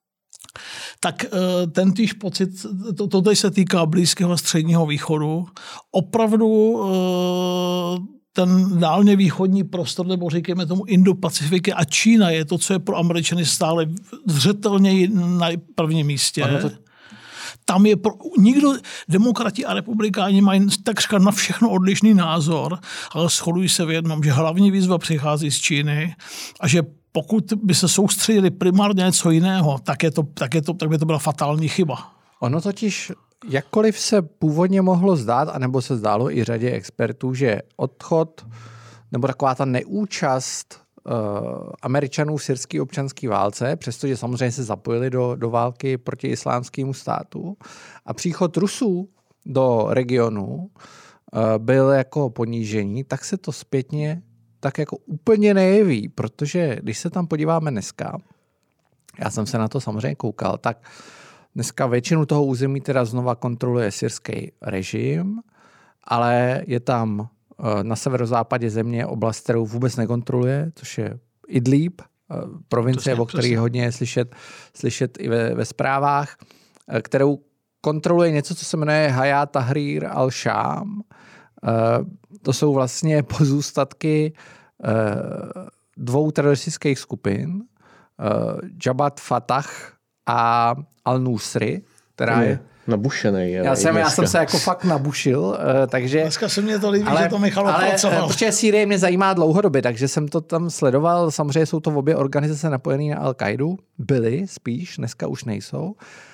tak ten týž pocit, to tady se týká Blízkého a Středního východu, opravdu ten dálně východní prostor, nebo říkáme tomu Indo-Pacifiky a Čína je to, co je pro Američany stále zřetelně na prvním místě. Tam je nikdo, demokrati a republikáni mají takřka na všechno odlišný názor, ale shodují se v jednom, že hlavní výzva přichází z Číny a že pokud by se soustředili primárně něco jiného, tak by to byla fatální chyba. Ono totiž, jakkoliv se původně mohlo zdát, anebo se zdálo i řadě expertů, že odchod nebo taková ta neúčast Američanů v syrské občanské válce, přestože samozřejmě se zapojili do války proti islámskému státu, a příchod Rusů do regionu byl jako ponížení, tak se to zpětně tak jako úplně nejeví, protože když se tam podíváme dneska, já jsem se na to samozřejmě koukal, tak dneska většinu toho území teda znova kontroluje syrský režim, ale je tam na severozápadě země oblast, kterou vůbec nekontroluje, což je Idlib, provincie, o které hodně je slyšet i ve zprávách, kterou kontroluje něco, co se jmenuje Hayat Tahrir al-Sham. To jsou vlastně pozůstatky dvou teroristických skupin, Jabhat Fatah a Al-Nusri, která je nabušenej. Já jsem se jako fakt nabušil, takže... Dneska se mě to líbí, že to Michal opracoval. Protože Sýrie mě zajímá dlouhodobě, takže jsem to tam sledoval. Samozřejmě jsou to obě organizace napojené na Al-Kaidu. Byly spíš, dneska už nejsou.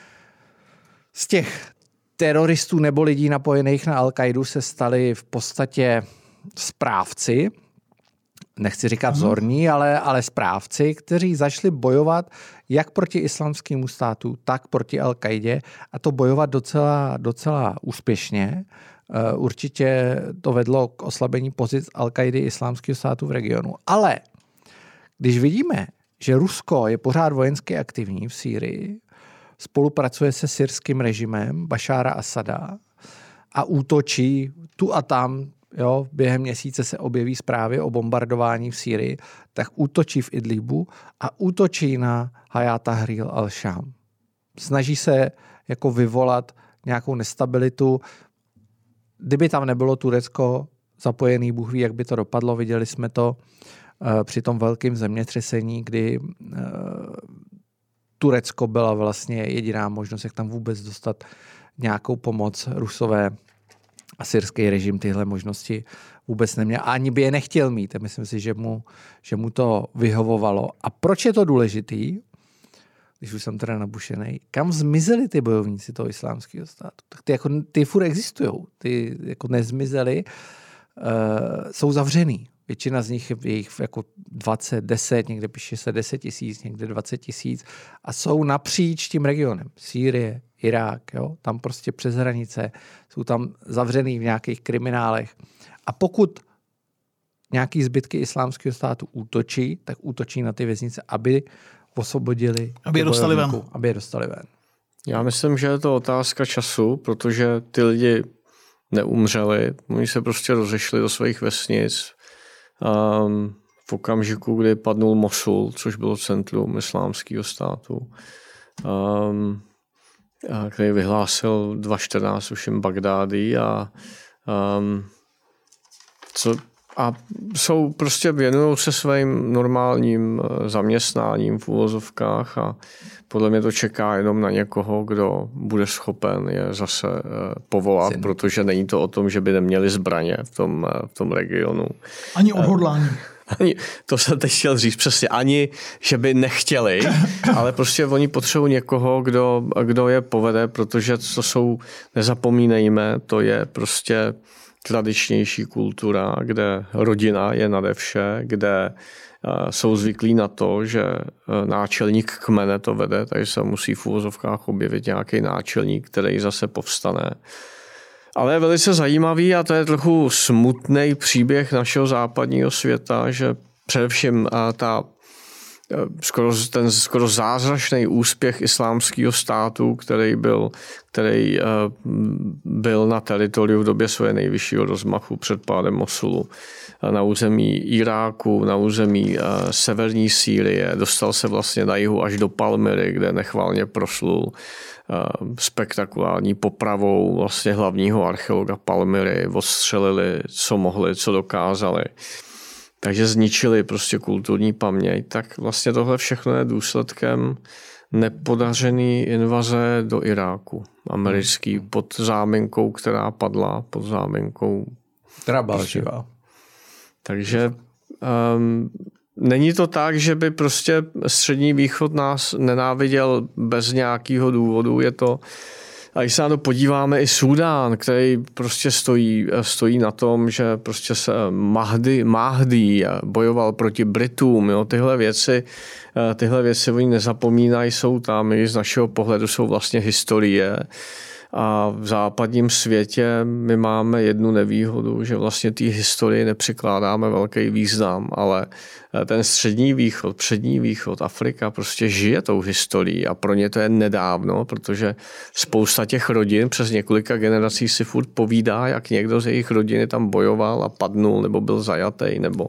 Z těch teroristů nebo lidí napojených na Al-Kaidu se stali v podstatě správci, nechci říkat vzorní, ale správci, kteří začali bojovat jak proti islámskému státu, tak proti Al-Kaidě, a to bojovat docela úspěšně. Určitě to vedlo k oslabení pozic Al-Kaidy islámského státu v regionu. Ale když vidíme, že Rusko je pořád vojensky aktivní v Sýrii, spolupracuje se syrským režimem Bašára Asada a útočí tu a tam, jo, během měsíce se objeví zprávy o bombardování v Sýrii, tak útočí v Idlibu a útočí na Hayat Tahrir al-Sham. Snaží se jako vyvolat nějakou nestabilitu. Kdyby tam nebylo Turecko zapojený, Bůh ví, jak by to dopadlo. Viděli jsme to při tom velkém zemětřesení, kdy Turecko byla vlastně jediná možnost, jak tam vůbec dostat nějakou pomoc. Rusové a syrský režim tyhle možnosti vůbec neměl. A ani by je nechtěl mít. Myslím si, že mu to vyhovovalo. A proč je to důležitý? Když už jsem teda nabušený, kam zmizeli ty bojovníci toho islámského státu? Tak ty furt existujou. Ty jako nezmizeli, jsou zavřený. Většina z nich je jich jako 20, 10, někde píše se 10 000, někde 20 000 a jsou napříč tím regionem. Sýrie, Irák, jo? Tam prostě přes hranice, jsou tam zavřený v nějakých kriminálech. A pokud nějaký zbytky islámského státu útočí, tak útočí na ty věznice, aby osvobodili, aby je dostali ven. Já myslím, že je to otázka času, protože ty lidi neumřeli, oni se prostě rozešli do svých vesnic. V okamžiku, kdy padnul Mosul, což bylo centrum islámského státu, který vyhlásil 2014 už jim Bagdády a jsou prostě věnují se svým normálním zaměstnáním v uvozovkách a podle mě to čeká jenom na někoho, kdo bude schopen je zase povolat, protože není to o tom, že by neměli zbraně v tom regionu. Ani odhodlání. To jsem teď chtěl říct přesně, ani že by nechtěli, ale prostě oni potřebují někoho, kdo je povede, protože to jsou, nezapomínejme, to je prostě tradičnější kultura, kde rodina je nade vše, kde jsou zvyklí na to, že náčelník kmene to vede, takže se musí v uvozovkách objevit nějaký náčelník, který zase povstane. Ale je velice zajímavý a to je trochu smutný příběh našeho západního světa, že především ten skoro zázračný úspěch islámského státu, který byl na teritoriu v době svého nejvyššího rozmachu před pádem Mosulu, na území Iráku, na území severní Sýrie, dostal se vlastně na jihu až do Palmyry, kde nechvalně proslul spektakulární popravou vlastně hlavního archeologa Palmyry, odstřelili, co mohli, co dokázali. Takže zničili prostě kulturní paměť, tak vlastně tohle všechno je důsledkem nepodařený invaze do Iráku americký pod záminkou, která padla, pod záminkou. Která byla živá. Takže není to tak, že by prostě Střední východ nás nenáviděl bez nějakého důvodu. Je to, a když se na to podíváme, i Súdán, který prostě stojí na tom, že prostě se Mahdi bojoval proti Britům. Jo? Tyhle věci oni nezapomínají, jsou tam, i z našeho pohledu jsou vlastně historie. A v západním světě my máme jednu nevýhodu, že vlastně té historii nepřikládáme velký význam, ale ten střední východ, přední východ, Afrika prostě žije tou historií a pro ně to je nedávno, protože spousta těch rodin přes několika generací si furt povídá, jak někdo z jejich rodiny tam bojoval a padnul nebo byl zajatý nebo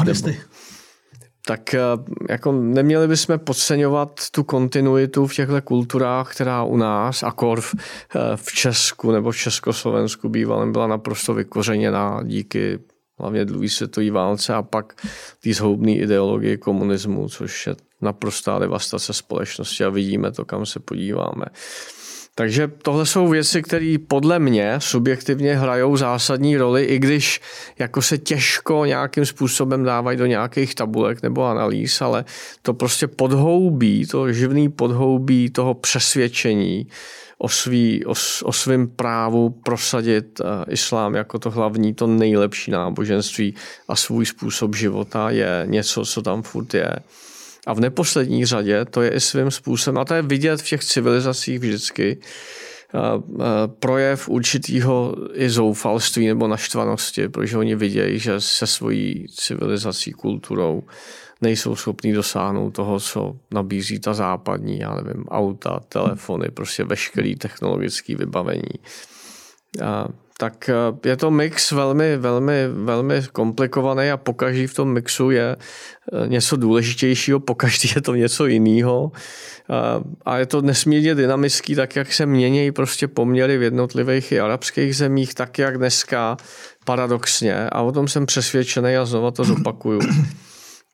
tak jako neměli bychom podceňovat tu kontinuitu v těchto kulturách, která u nás, akor v Česku nebo v Československu bývalém byla naprosto vykořeněná díky hlavně druhé světové válce a pak té zhoubné ideologii komunismu, což je naprostá devastace společnosti a vidíme to, kam se podíváme. Takže tohle jsou věci, které podle mě subjektivně hrajou zásadní roli, i když jako se těžko nějakým způsobem dávají do nějakých tabulek nebo analýz, ale to prostě podhoubí, to živný podhoubí toho přesvědčení o svém právu prosadit islám jako to hlavní, to nejlepší náboženství a svůj způsob života je něco, co tam furt je. A v neposlední řadě to je i svým způsobem, a to je vidět v těch civilizacích vždycky, projev určitýho i zoufalství nebo naštvanosti, protože oni vidějí, že se svojí civilizací, kulturou nejsou schopní dosáhnout toho, co nabízí ta západní, já nevím, auta, telefony, prostě veškerý technologický vybavení. Tak je to mix velmi, velmi, velmi komplikovaný a pokaždý v tom mixu je něco důležitějšího, pokaždý je to něco jiného a je to nesmírně dynamický, tak jak se mění prostě poměry v jednotlivých i arabských zemích, tak jak dneska paradoxně, a o tom jsem přesvědčený a znova to zopakuju,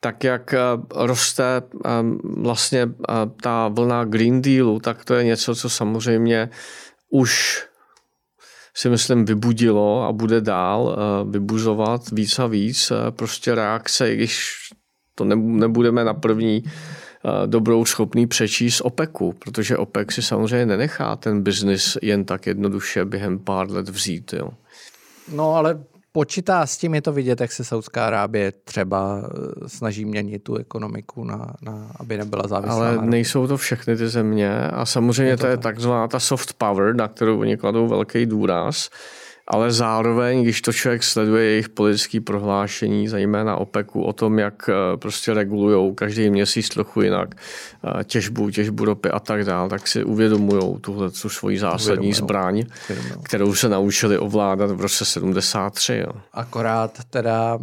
tak jak roste vlastně ta vlna Green Dealu, tak to je něco, co samozřejmě už si myslím vybudilo a bude dál vybuzovat víc a víc prostě reakce, i když to nebudeme na první dobrou schopný přečíst OPECu, protože OPEC si samozřejmě nenechá ten biznis jen tak jednoduše během pár let vzít. Jo. No ale počítá s tím, je to vidět, jak se Saudská Arábie třeba snaží měnit tu ekonomiku, aby nebyla závislá. Ale nejsou to všechny ty země a samozřejmě to je takzvaná ta soft power, na kterou oni kladou velký důraz, ale zároveň, když to člověk sleduje jejich politické prohlášení, zejména OPECu, o tom, jak prostě regulujou každý měsíc trochu jinak těžbu ropy a tak dále, tak si uvědomujou tuhle svoji zásadní zbraň, kterou se naučili ovládat v roce 73. Jo. Akorát teda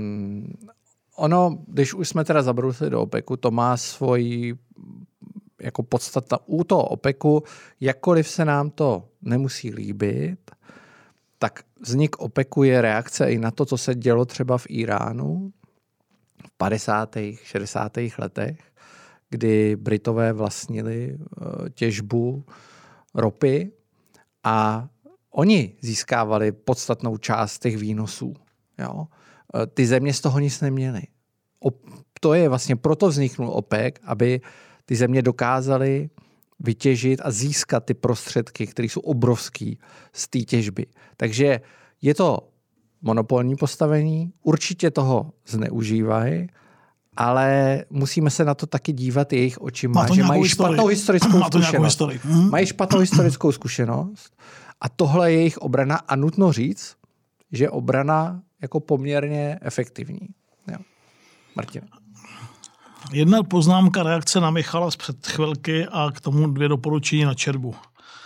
ono, když už jsme teda zabrousili do OPECu, to má svoji jako podstata u toho OPECu, jakkoliv se nám to nemusí líbit, tak vznik OPECu je reakce i na to, co se dělo třeba v Iránu v 50. 60. letech, kdy Britové vlastnili těžbu ropy a oni získávali podstatnou část těch výnosů. Jo? Ty země z toho nic neměly. To je vlastně, proto vzniknul OPEC, aby ty země dokázaly vytěžit a získat ty prostředky, které jsou obrovský z té těžby. Takže je to monopolní postavení, určitě toho zneužívají, ale musíme se na to taky dívat jejich očima, že mají špatnou historickou zkušenost. Mají špatnou historickou zkušenost a tohle je jejich obrana a nutno říct, že obrana jako poměrně efektivní. Jo. Martin. Jedna poznámka, reakce na Michala z před chvilky a k tomu 2 doporučení na četbu.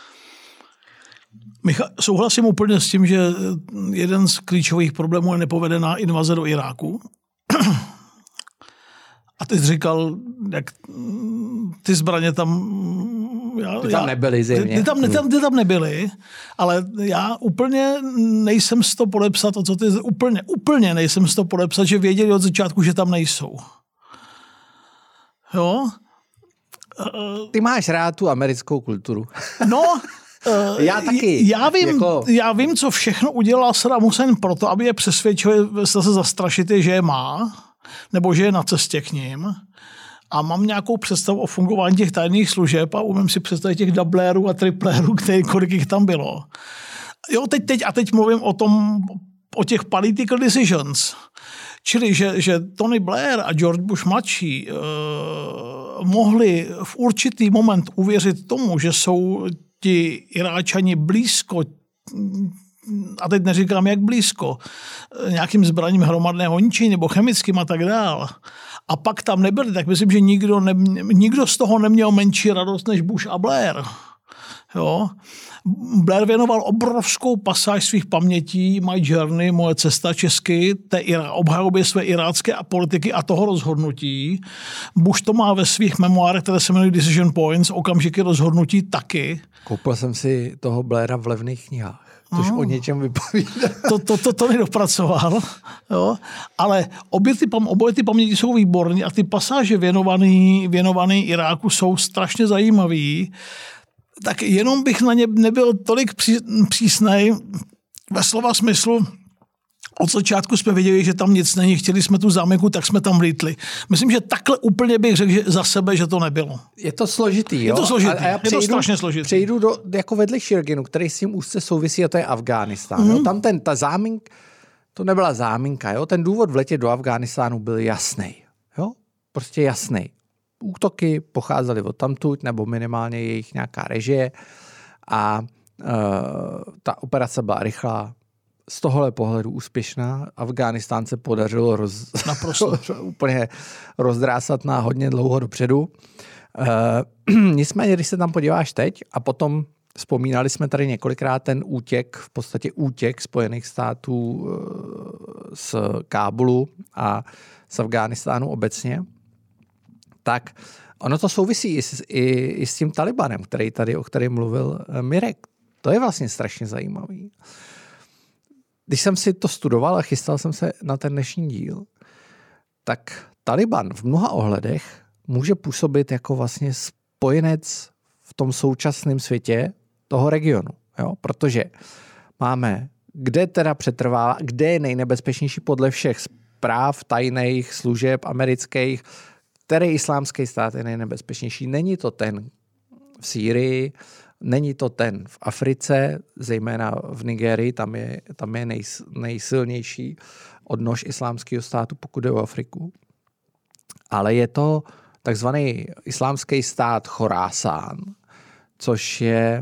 Souhlasím úplně s tím, že jeden z klíčových problémů je nepovedená invaze do Iráku. A ty jsi říkal, jak ty zbraně tam... Ty tam nebyly zjevně. Ty tam nebyly, ale já úplně nejsem z toho podepsat, úplně nejsem z toho podepsat, že věděli od začátku, že tam nejsou. Jo? Ty máš rád tu americkou kulturu. No, já taky. Já vím, co všechno udělal Saddam Hussein proto, aby je přesvědčil zase zastrašit je, že je má, nebo že je na cestě k ním. A mám nějakou představu o fungování těch tajných služeb a umím si představit těch doublérů a triplérů, kolik jich tam bylo. Jo, teď mluvím o těch political decisions. Čili, že Tony Blair a George Bush mladší mohli v určitý moment uvěřit tomu, že jsou ti Iráčani blízko, a teď neříkám jak blízko, nějakým zbraním hromadného ničení nebo chemickým a tak dál. A pak tam nebyli, tak myslím, že nikdo z toho neměl menší radost než Bush a Blair. Jo? Blair věnoval obrovskou pasáž svých pamětí My Journey, moje cesta česky, obhajobě své irácké politiky a toho rozhodnutí. Bush to má ve svých memoárech, které se jmenují Decision Points, okamžiky rozhodnutí taky. Koupil jsem si toho Blaira v levných knihách. Tož o něčem vypovídá. To nedopracoval. Jo? Ale oboje ty paměti jsou výborné a ty pasáže věnované Iráku jsou strašně zajímavý. Tak jenom bych na ně nebyl tolik přísnej ve slova smyslu. Od začátku jsme věděli, že tam nic není, chtěli jsme tu záminku, tak jsme tam vlítli. Myslím, že takhle úplně bych řekl že za sebe, že to nebylo. Je to složitý, jo? Je to složitý. A je to strašně složitý. Přejdu do jako vedlejší regionu, který s tím úzce souvisí, a to je Afghánistán. Jo? Tam ta záminka, to nebyla záminka, jo? Ten důvod vletět do Afghánistánu byl jasný. Jo? Prostě jasný. Útoky pocházely od tamtud, nebo minimálně jejich nějaká režie a ta operace byla rychlá. Z tohohle pohledu úspěšná. Afghánistán se podařilo úplně rozdrásat na hodně dlouho dopředu. Nicméně, když se tam podíváš teď a potom vzpomínali jsme tady několikrát ten útěk Spojených států z Kábulu a z Afghánistánu obecně, tak ono to souvisí i s tím Talibanem, o kterém mluvil Mirek. To je vlastně strašně zajímavý. Když jsem si to studoval a chystal jsem se na ten dnešní díl, tak Taliban v mnoha ohledech může působit jako vlastně spojenec v tom současném světě toho regionu. Jo? Protože máme, kde teda přetrvává, kde je nejnebezpečnější podle všech zpráv tajných služeb amerických, který islámský stát je nejnebezpečnější. Není to ten v Sýrii, není to ten v Africe, zejména v Nigerii, tam je nejsilnější odnož islámského státu, pokud jde o Afriku. Ale je to takzvaný islámský stát Chorásán, což je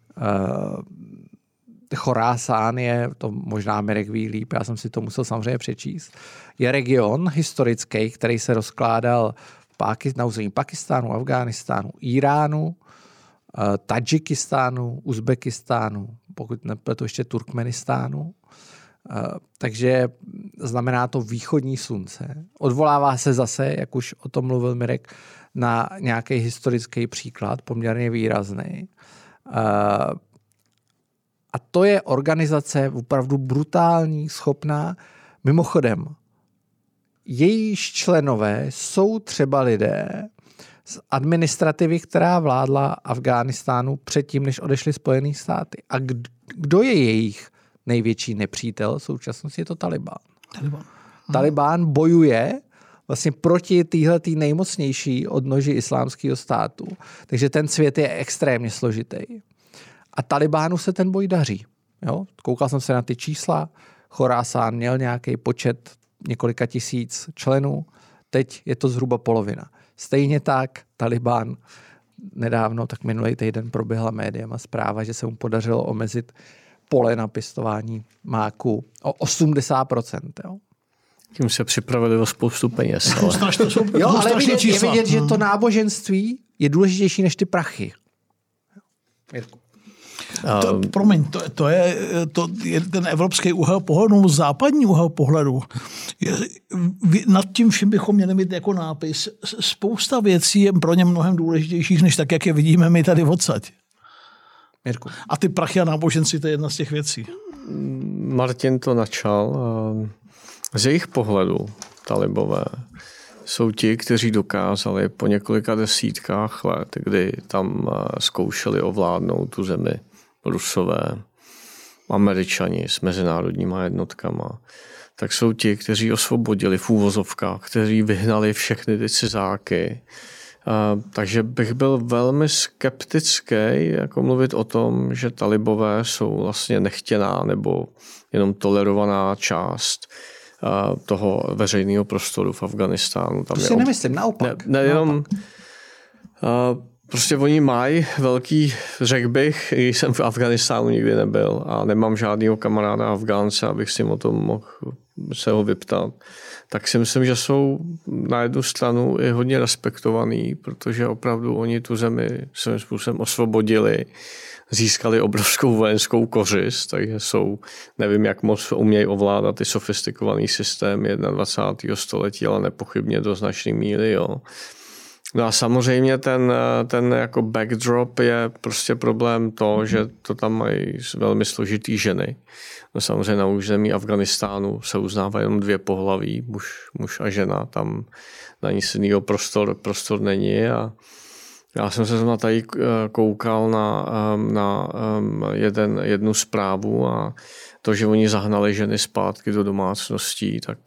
Chorásán je, to možná Mirek ví líp, já jsem si to musel samozřejmě přečíst, je region historický, který se rozkládal na území Pakistánu, Afghánistánu, Iránu, Tadžikistánu, Uzbekistánu, pokud nepletu ještě Turkmenistánu. Takže znamená to východní slunce. Odvolává se zase, jak už o tom mluvil Mirek, na nějaký historický příklad, poměrně výrazný. A to je organizace opravdu brutální, schopná. Mimochodem, jejíž členové jsou třeba lidé z administrativy, která vládla Afghánistánu předtím, než odešly Spojené státy. A kdo je jejich největší nepřítel v současnosti? Je to Taliban. Taliban bojuje vlastně proti téhletý nejmocnější odnoži islámského státu. Takže ten svět je extrémně složitý. A Talibánu se ten boj daří. Jo? Koukal jsem se na ty čísla. Chorásán měl nějaký počet několika tisíc členů. Teď je to zhruba polovina. Stejně tak Taliban nedávno, tak minulý týden proběhla médiama zpráva, že se mu podařilo omezit pole na pěstování máku o 80%. Jo? Tím se připravili o spoustu peněz. Ale je vidět, že to náboženství je důležitější než ty prachy. Promiň, to je ten evropský úhel pohledu, západní úhel pohledu. Nad tím vším bychom měli mít jako nápis. Spousta věcí je pro ně mnohem důležitějších, než tak, jak je vidíme my tady odsaď. Mirku. A ty prachy a náboženství, to je jedna z těch věcí. Martin to načal. Z jejich pohledu talibové jsou ti, kteří dokázali po několika desítkách let, kdy tam zkoušeli ovládnout tu zemi Rusové, Američani s mezinárodníma jednotkama, tak jsou ti, kteří osvobodili v úvozovkách, kteří vyhnali všechny ty cizáky. Takže bych byl velmi skeptický jako mluvit o tom, že talibové jsou vlastně nechtěná nebo jenom tolerovaná část toho veřejného prostoru v Afghánistánu. To si nemyslím, naopak. Nejenom prostě oni mají velký, řekl bych, když jsem v Afghánistánu nikdy nebyl a nemám žádného kamaráda Afgánce, abych si o tom mohl se ho vyptat, tak si myslím, že jsou na jednu stranu i hodně respektovaný, protože opravdu oni tu zemi svým způsobem osvobodili, získali obrovskou vojenskou kořist, takže jsou, nevím, jak moc umějí ovládat ty sofistikovaný systémy 21. století, ale nepochybně do značné míry, jo. No a samozřejmě ten jako backdrop je prostě problém to, že to tam mají velmi složitý ženy. No samozřejmě na území Afghánistánu se uznávají jenom dvě pohlaví, muž a žena, tam na nic jiného prostor není a já jsem se zrovna tady koukal na jednu zprávu a to, že oni zahnali ženy zpátky do domácností, tak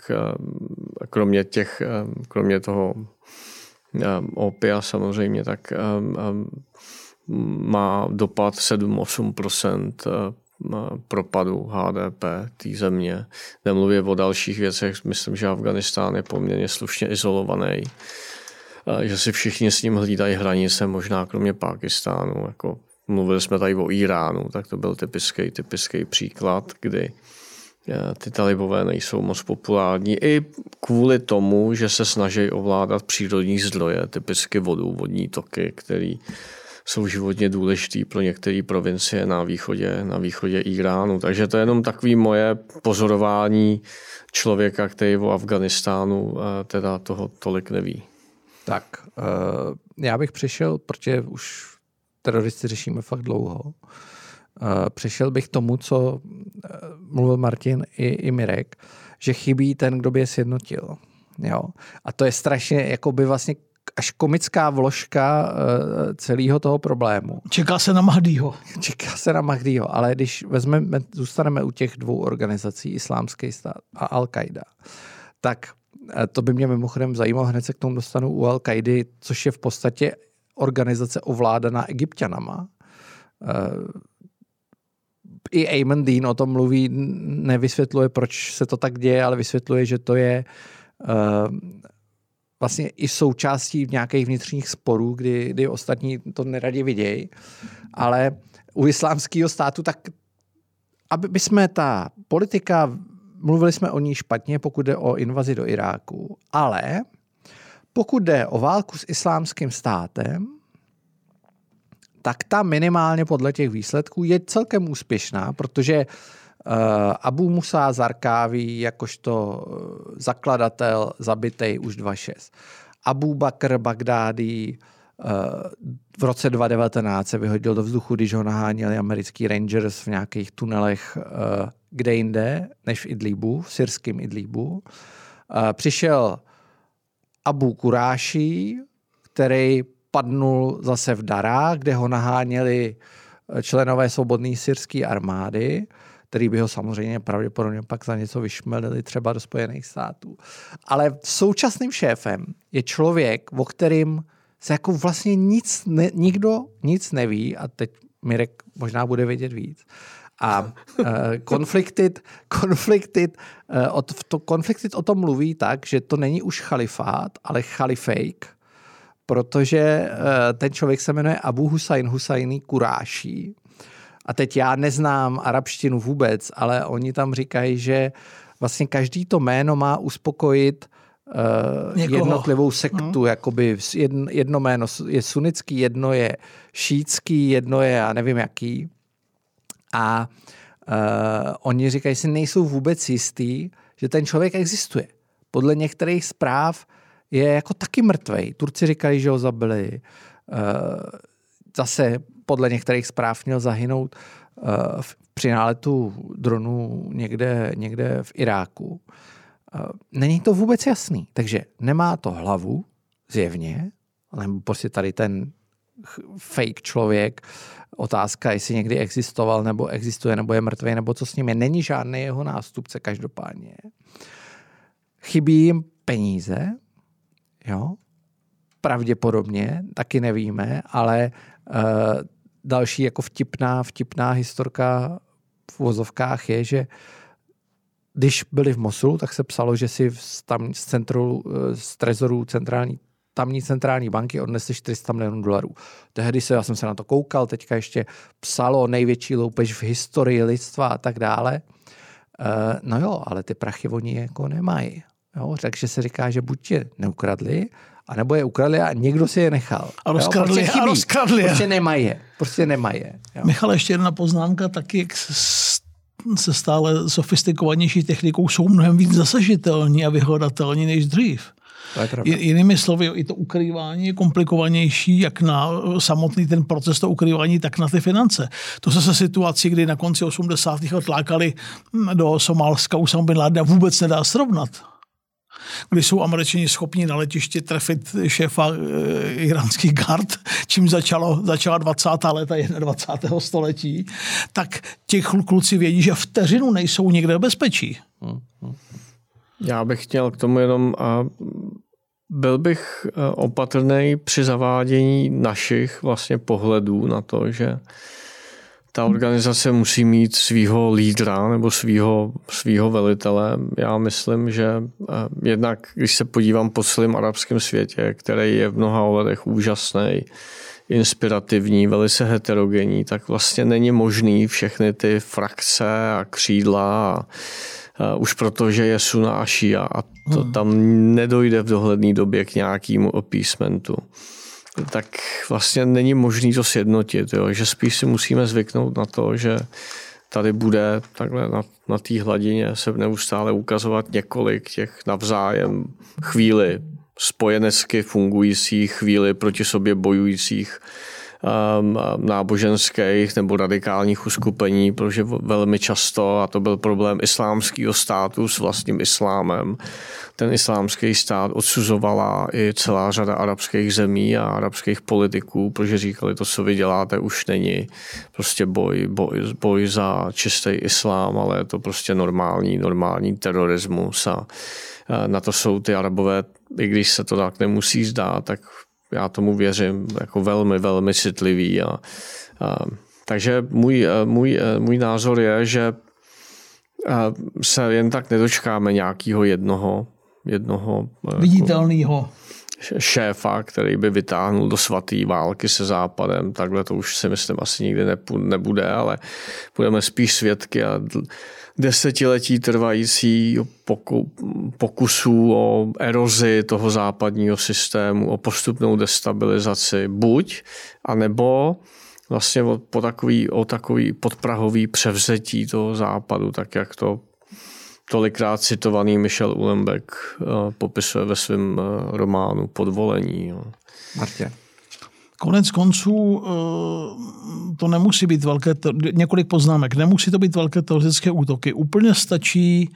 kromě toho opia samozřejmě, tak má dopad 7-8% propadu HDP té země. Nemluvě o dalších věcech, myslím, že Afghánistán je poměrně slušně izolovaný, že si všichni s ním hlídají hranice, možná kromě Pákistánu. Jako mluvili jsme tady o Iránu, tak to byl typický příklad, kdy ty talibové nejsou moc populární i kvůli tomu, že se snaží ovládat přírodní zdroje, typicky vodu, vodní toky, které jsou životně důležitý pro některé provincie na východě Iránu. Takže to je jenom takový moje pozorování člověka, který o Afghánistánu teda toho tolik neví. Tak, já bych přišel, protože už teroristy řešíme fakt dlouho, přišel bych tomu, co mluvil Martin i Mirek, že chybí ten, kdo by je sjednotil. Jo? A to je strašně jakoby vlastně až komická vložka celého toho problému. Čeká se na Mahdího. Čeká se na Mahdího, ale když zůstaneme u těch dvou organizací, Islámský stát a Al-Qaida, tak to by mě mimochodem zajímalo, hned se k tomu dostanu u Al-Qaidy, což je v podstatě organizace ovládaná Egypťanama. I Ayman Dean o tom mluví, nevysvětluje, proč se to tak děje, ale vysvětluje, že to je vlastně i součástí nějakých vnitřních sporů, kdy ostatní to neradi vidějí. Ale u Islámského státu, tak aby jsme ta politika, mluvili jsme o ní špatně, pokud jde o invazi do Iráku, ale pokud jde o válku s Islámským státem, tak ta minimálně podle těch výsledků je celkem úspěšná, protože Abu Musa Zarqawi jakožto zakladatel zabitej už 2.6. Abu Bakr Baghdadi v roce 2019 se vyhodil do vzduchu, když ho naháněli americký Rangers v nějakých tunelech kde jinde, než v Idlíbu, v syrském Idlíbu. Přišel Abu Kuráši, který padnul zase v Dará, kde ho naháněli členové svobodné syrské armády, který by ho samozřejmě pravděpodobně pak za něco vyšmelili třeba do Spojených států. Ale současným šéfem je člověk, o kterým se jako vlastně nikdo nic neví, a teď Mirek možná bude vědět víc. A Conflicted o tom mluví tak, že to není už chalifát, ale chalifejk, protože ten člověk se jmenuje Abu Husajn Husajný Kuráši. A teď já neznám arabštinu vůbec, ale oni tam říkají, že vlastně každý to jméno má uspokojit jednotlivou sektu. Jakoby jedno jméno je sunnický, jedno je šítský, jedno je já nevím jaký. A oni říkají, si nejsou vůbec jistý, že ten člověk existuje. Podle některých zpráv je jako taky mrtvej. Turci říkají, že ho zabili. Zase podle některých zpráv měl zahynout při náletu dronů někde v Iráku. Není to vůbec jasný. Takže nemá to hlavu, zjevně, nebo prostě tady ten fake člověk, otázka, jestli někdy existoval, nebo existuje, nebo je mrtvý, nebo co s ním je. Není žádný jeho nástupce každopádně. Chybí jim peníze, jo? Pravděpodobně, taky nevíme, ale další jako vtipná historka v uvozovkách je, že když byli v Mosulu, tak se psalo, že si z trezoru tamní centrální banky odnesli $400 milionů. Tehdy já jsem se na to koukal, teďka ještě psalo největší loupež v historii lidstva a tak dále. No jo, ale ty prachy oni jako nemají. Jo? Takže se říká, že buď je neukradli, anebo je ukradli a někdo si je nechal. A rozkradli. Prostě nemají je. Michal, ještě jedna poznámka, taky jak se stále sofistikovanější technikou jsou mnohem víc zasažitelní a vyhledatelní než dřív. Jinými slovy, i to ukrývání je komplikovanější jak na samotný ten proces to ukrývání, tak na ty finance. To se situací, kdy na konci 80. let lákali do Somálska Usama bin Ládena, vůbec nedá srovnat. Kdy jsou Američani schopni na letišti trefit šéfa iránských gard, čím začala 20. léta 21. století, tak těch kluci vědí, že vteřinu nejsou někde v bezpečí. Já bych chtěl k tomu jenom byl bych opatrný při zavádění našich vlastně pohledů na to, že ta organizace musí mít svýho lídra nebo svýho velitele. Já myslím, že jednak, když se podívám po celém arabském světě, který je v mnoha ohledech úžasný, inspirativní, velice heterogenní, tak vlastně není možný všechny ty frakce a křídla už protože je Sunna a Šia a to tam nedojde v dohledné době k nějakému appeasementu. Tak vlastně není možný to sjednotit, jo? Že spíš si musíme zvyknout na to, že tady bude takhle na té hladině se neustále ukazovat několik těch navzájem chvíli spojenecky fungujících, chvíli proti sobě bojujících náboženských nebo radikálních uskupení, protože velmi často, a to byl problém islámského státu s vlastním islámem, ten islámský stát odsuzovala i celá řada arabských zemí a arabských politiků, protože říkali, to, co vy děláte, už není prostě boj za čistý islám, ale je to prostě normální terorismus a na to jsou ty Arabové, i když se to tak nemusí zdát, tak já tomu věřím, jako velmi, velmi citlivý. Takže můj názor je, že se jen tak nedočkáme nějakého jednoho viditelného šéfa, který by vytáhnul do svaté války se Západem. Takhle to už si myslím asi nikdy nebude, ale budeme spíš svědky a desetiletí trvající pokusů o erozi toho západního systému, o postupnou destabilizaci buď, anebo vlastně o takový podprahový převzetí toho západu, tak jak to tolikrát citovaný Michel Houellebecq popisuje ve svém románu Podvolení. Martě. Konec konců to nemusí být několik poznámek, nemusí to být velké teroristické útoky. Úplně stačí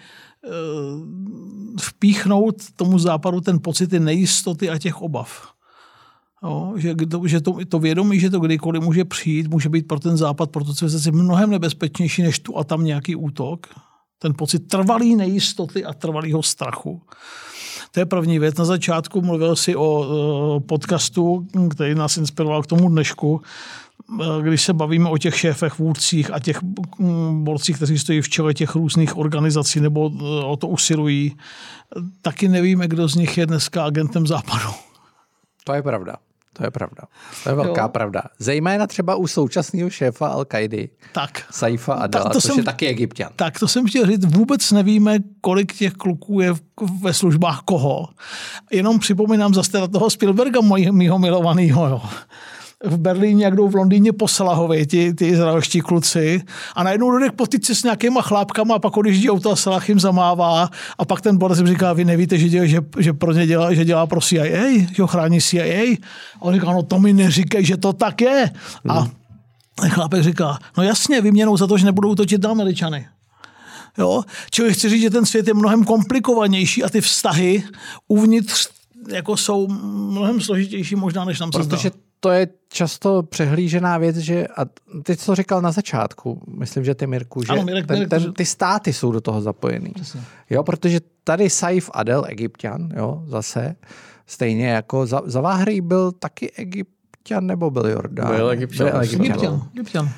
vpíchnout tomu západu ten pocity nejistoty a těch obav. Jo, že to vědomí, že to kdykoliv může přijít, může být pro ten západ, pro tu civilizaci mnohem nebezpečnější než tu a tam nějaký útok. Ten pocit trvalý nejistoty a trvalého strachu. To je první věc. Na začátku mluvil si o podcastu, který nás inspiroval k tomu dnešku, když se bavíme o těch šéfech, vůdcích a těch borcích, kteří stojí v čele těch různých organizací nebo o to usilují, taky nevíme, kdo z nich je dneska agentem západu. To je pravda. To je velká pravda. Zejména třeba u současného šéfa Al-Kaidy, Saifa Adela, což je taky Egypťan. Tak to jsem chtěl říct, vůbec nevíme, kolik těch kluků je ve službách koho. Jenom připomínám zase toho Spielberga, mýho milovanýho. Jo. V Berlíně, jak jdou v Londýně po Salahovi, ty izraelští kluci, a najednou dojde k potyčce s nějakýma chlápkama a pak odjíždí auto, Salah jim zamává a pak ten borec jim říká, vy nevíte, že pro ně dělá pro CIA, že ho chrání CIA. A on říká, no to mi neříkej, že to tak je. A ten chlápek říká, no jasně, výměnou za to, že nebudou útočit na Američany. Jo? Čili chci říct, že ten svět je mnohem komplikovanější a ty vztahy uvnitř jako jsou mnohem složitější možná, než nám se zdá. To je často přehlížená věc, že, a ty jsi to říkal na začátku, myslím, že ty, Mirku, že ano, ty státy jsou do toho zapojený. Jo, protože tady Saif Adel, Egypťan, jo, zase, stejně jako za Váhry byl taky Egypťan, nebo byl Jordán? Byl Egypťan.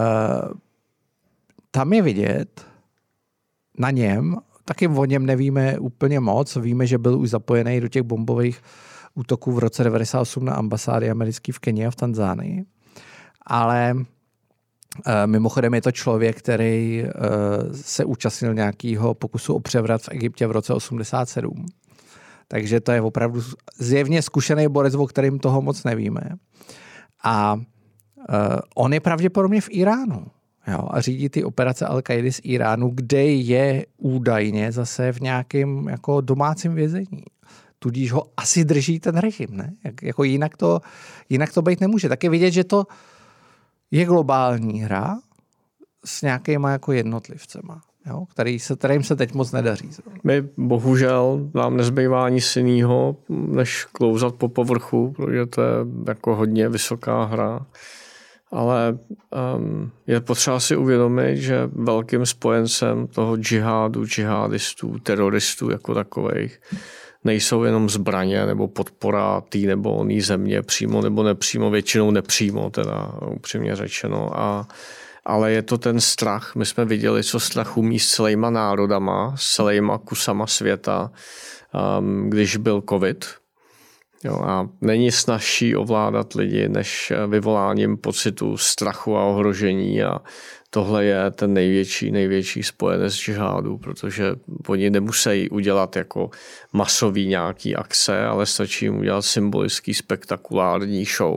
Tam je vidět na něm, taky o něm nevíme úplně moc, víme, že byl už zapojený do těch bombových útoků v roce 1998 na ambasády americký v Keni a v Tanzánii. Ale mimochodem je to člověk, který se účastnil nějakého pokusu o převrat v Egyptě v roce 1987. Takže to je opravdu zjevně zkušený borec, o kterým toho moc nevíme. A on je pravděpodobně v Iránu. Jo, a řídí ty operace Al-Kaidy z Iránu, kde je údajně zase v nějakém jako domácím vězení. Tudíž ho asi drží ten režim, ne? Jako jinak to být nemůže. Tak je vidět, že to je globální hra s nějakýma jako jednotlivcema, jo? Kterým se teď moc nedaří. My bohužel nám nezbývá nic jiného, než klouzat po povrchu, protože to je jako hodně vysoká hra. Ale je potřeba si uvědomit, že velkým spojencem toho džihadistů, teroristů jako takových nejsou jenom zbraně nebo podpora té nebo oné země přímo nebo nepřímo, většinou nepřímo, teda upřímně řečeno. Ale je to ten strach. My jsme viděli, co strach umí s celýma národama, s celýma kusama světa, když byl covid. Jo, a není snazší ovládat lidi, než vyvoláním pocitu strachu a ohrožení, a tohle je ten největší spojenec džihádu, protože oni nemusí udělat jako masový nějaký akce, ale stačí jim udělat symbolický spektakulární show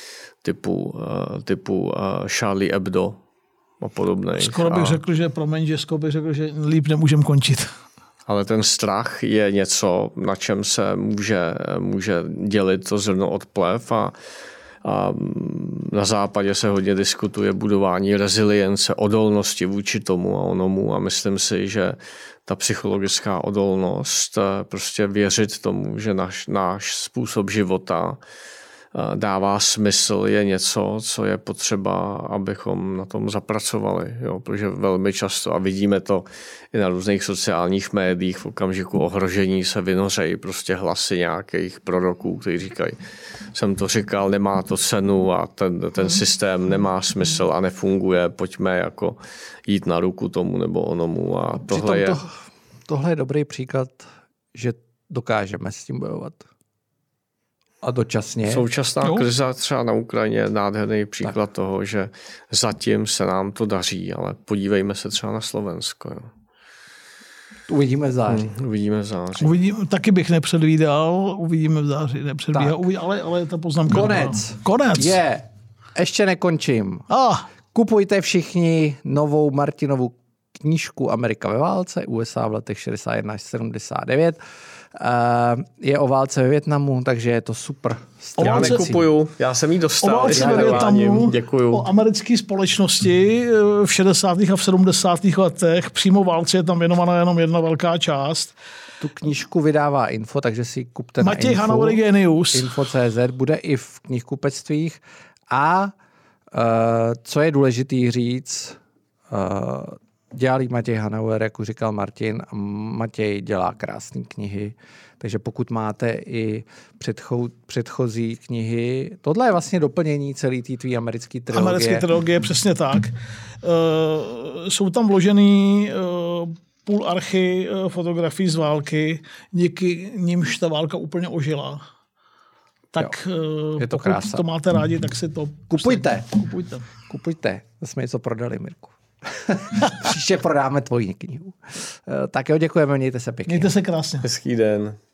typu Charlie Hebdo a podobných. Skoro bych řekl, že líp nemůžeme končit. Ale ten strach je něco, na čem se může dělit to zrno od plev, a A na západě se hodně diskutuje budování rezilience, odolnosti vůči tomu a onomu a myslím si, že ta psychologická odolnost, prostě věřit tomu, že náš způsob života dává smysl, je něco, co je potřeba, abychom na tom zapracovali. Jo? Protože velmi často, a vidíme to i na různých sociálních médiích, v okamžiku ohrožení se vynořejí prostě hlasy nějakých proroků, kteří říkají, jsem to říkal, nemá to cenu a ten systém nemá smysl a nefunguje, pojďme jako jít na ruku tomu nebo onomu. A tohle je dobrý příklad, že dokážeme s tím bojovat. A dočasně. Současná krize třeba na Ukrajině je nádherný příklad toho, že zatím se nám to daří, ale podívejme se třeba na Slovensko. Jo. Uvidíme v září. Uvidíme v září. Taky bych nepředvídal, uvidíme v září. Ale ta poznámka. Konec. Ještě nekončím. Kupujte všichni novou Martinovu knížku Amerika ve válce, USA v letech 61 až 79. Je o válce ve Vietnamu, takže je to super. Já nekupuju, já jsem jí dostal. O válce ve Vietnamu, děkuju. O americké společnosti v 60. a v 70. letech. Přímo válce je tam věnovaná jenom jedna velká část. Tu knížku vydává Info, takže si kupte Matěj na Hanauer Genius. Info.cz, bude i v knihkupectvích. A co je důležitý říct, dělal Matěj Hanauer, jak už říkal Martin, a Matěj dělá krásné knihy, takže pokud máte i předchozí knihy, tohle je vlastně doplnění celé té tvý americké trilogie. Americké trilogie, přesně tak. Jsou tam vložený půl archy fotografií z války, díky nimž ta válka úplně ožila. Tak je to pokud krása. To máte rádi, tak si to Kupujte. Jsme něco prodali, Mirku. Příště prodáme tvoji knihu. Tak jo, děkujeme, mějte se pěkně. Mějte se krásně. Hezký den.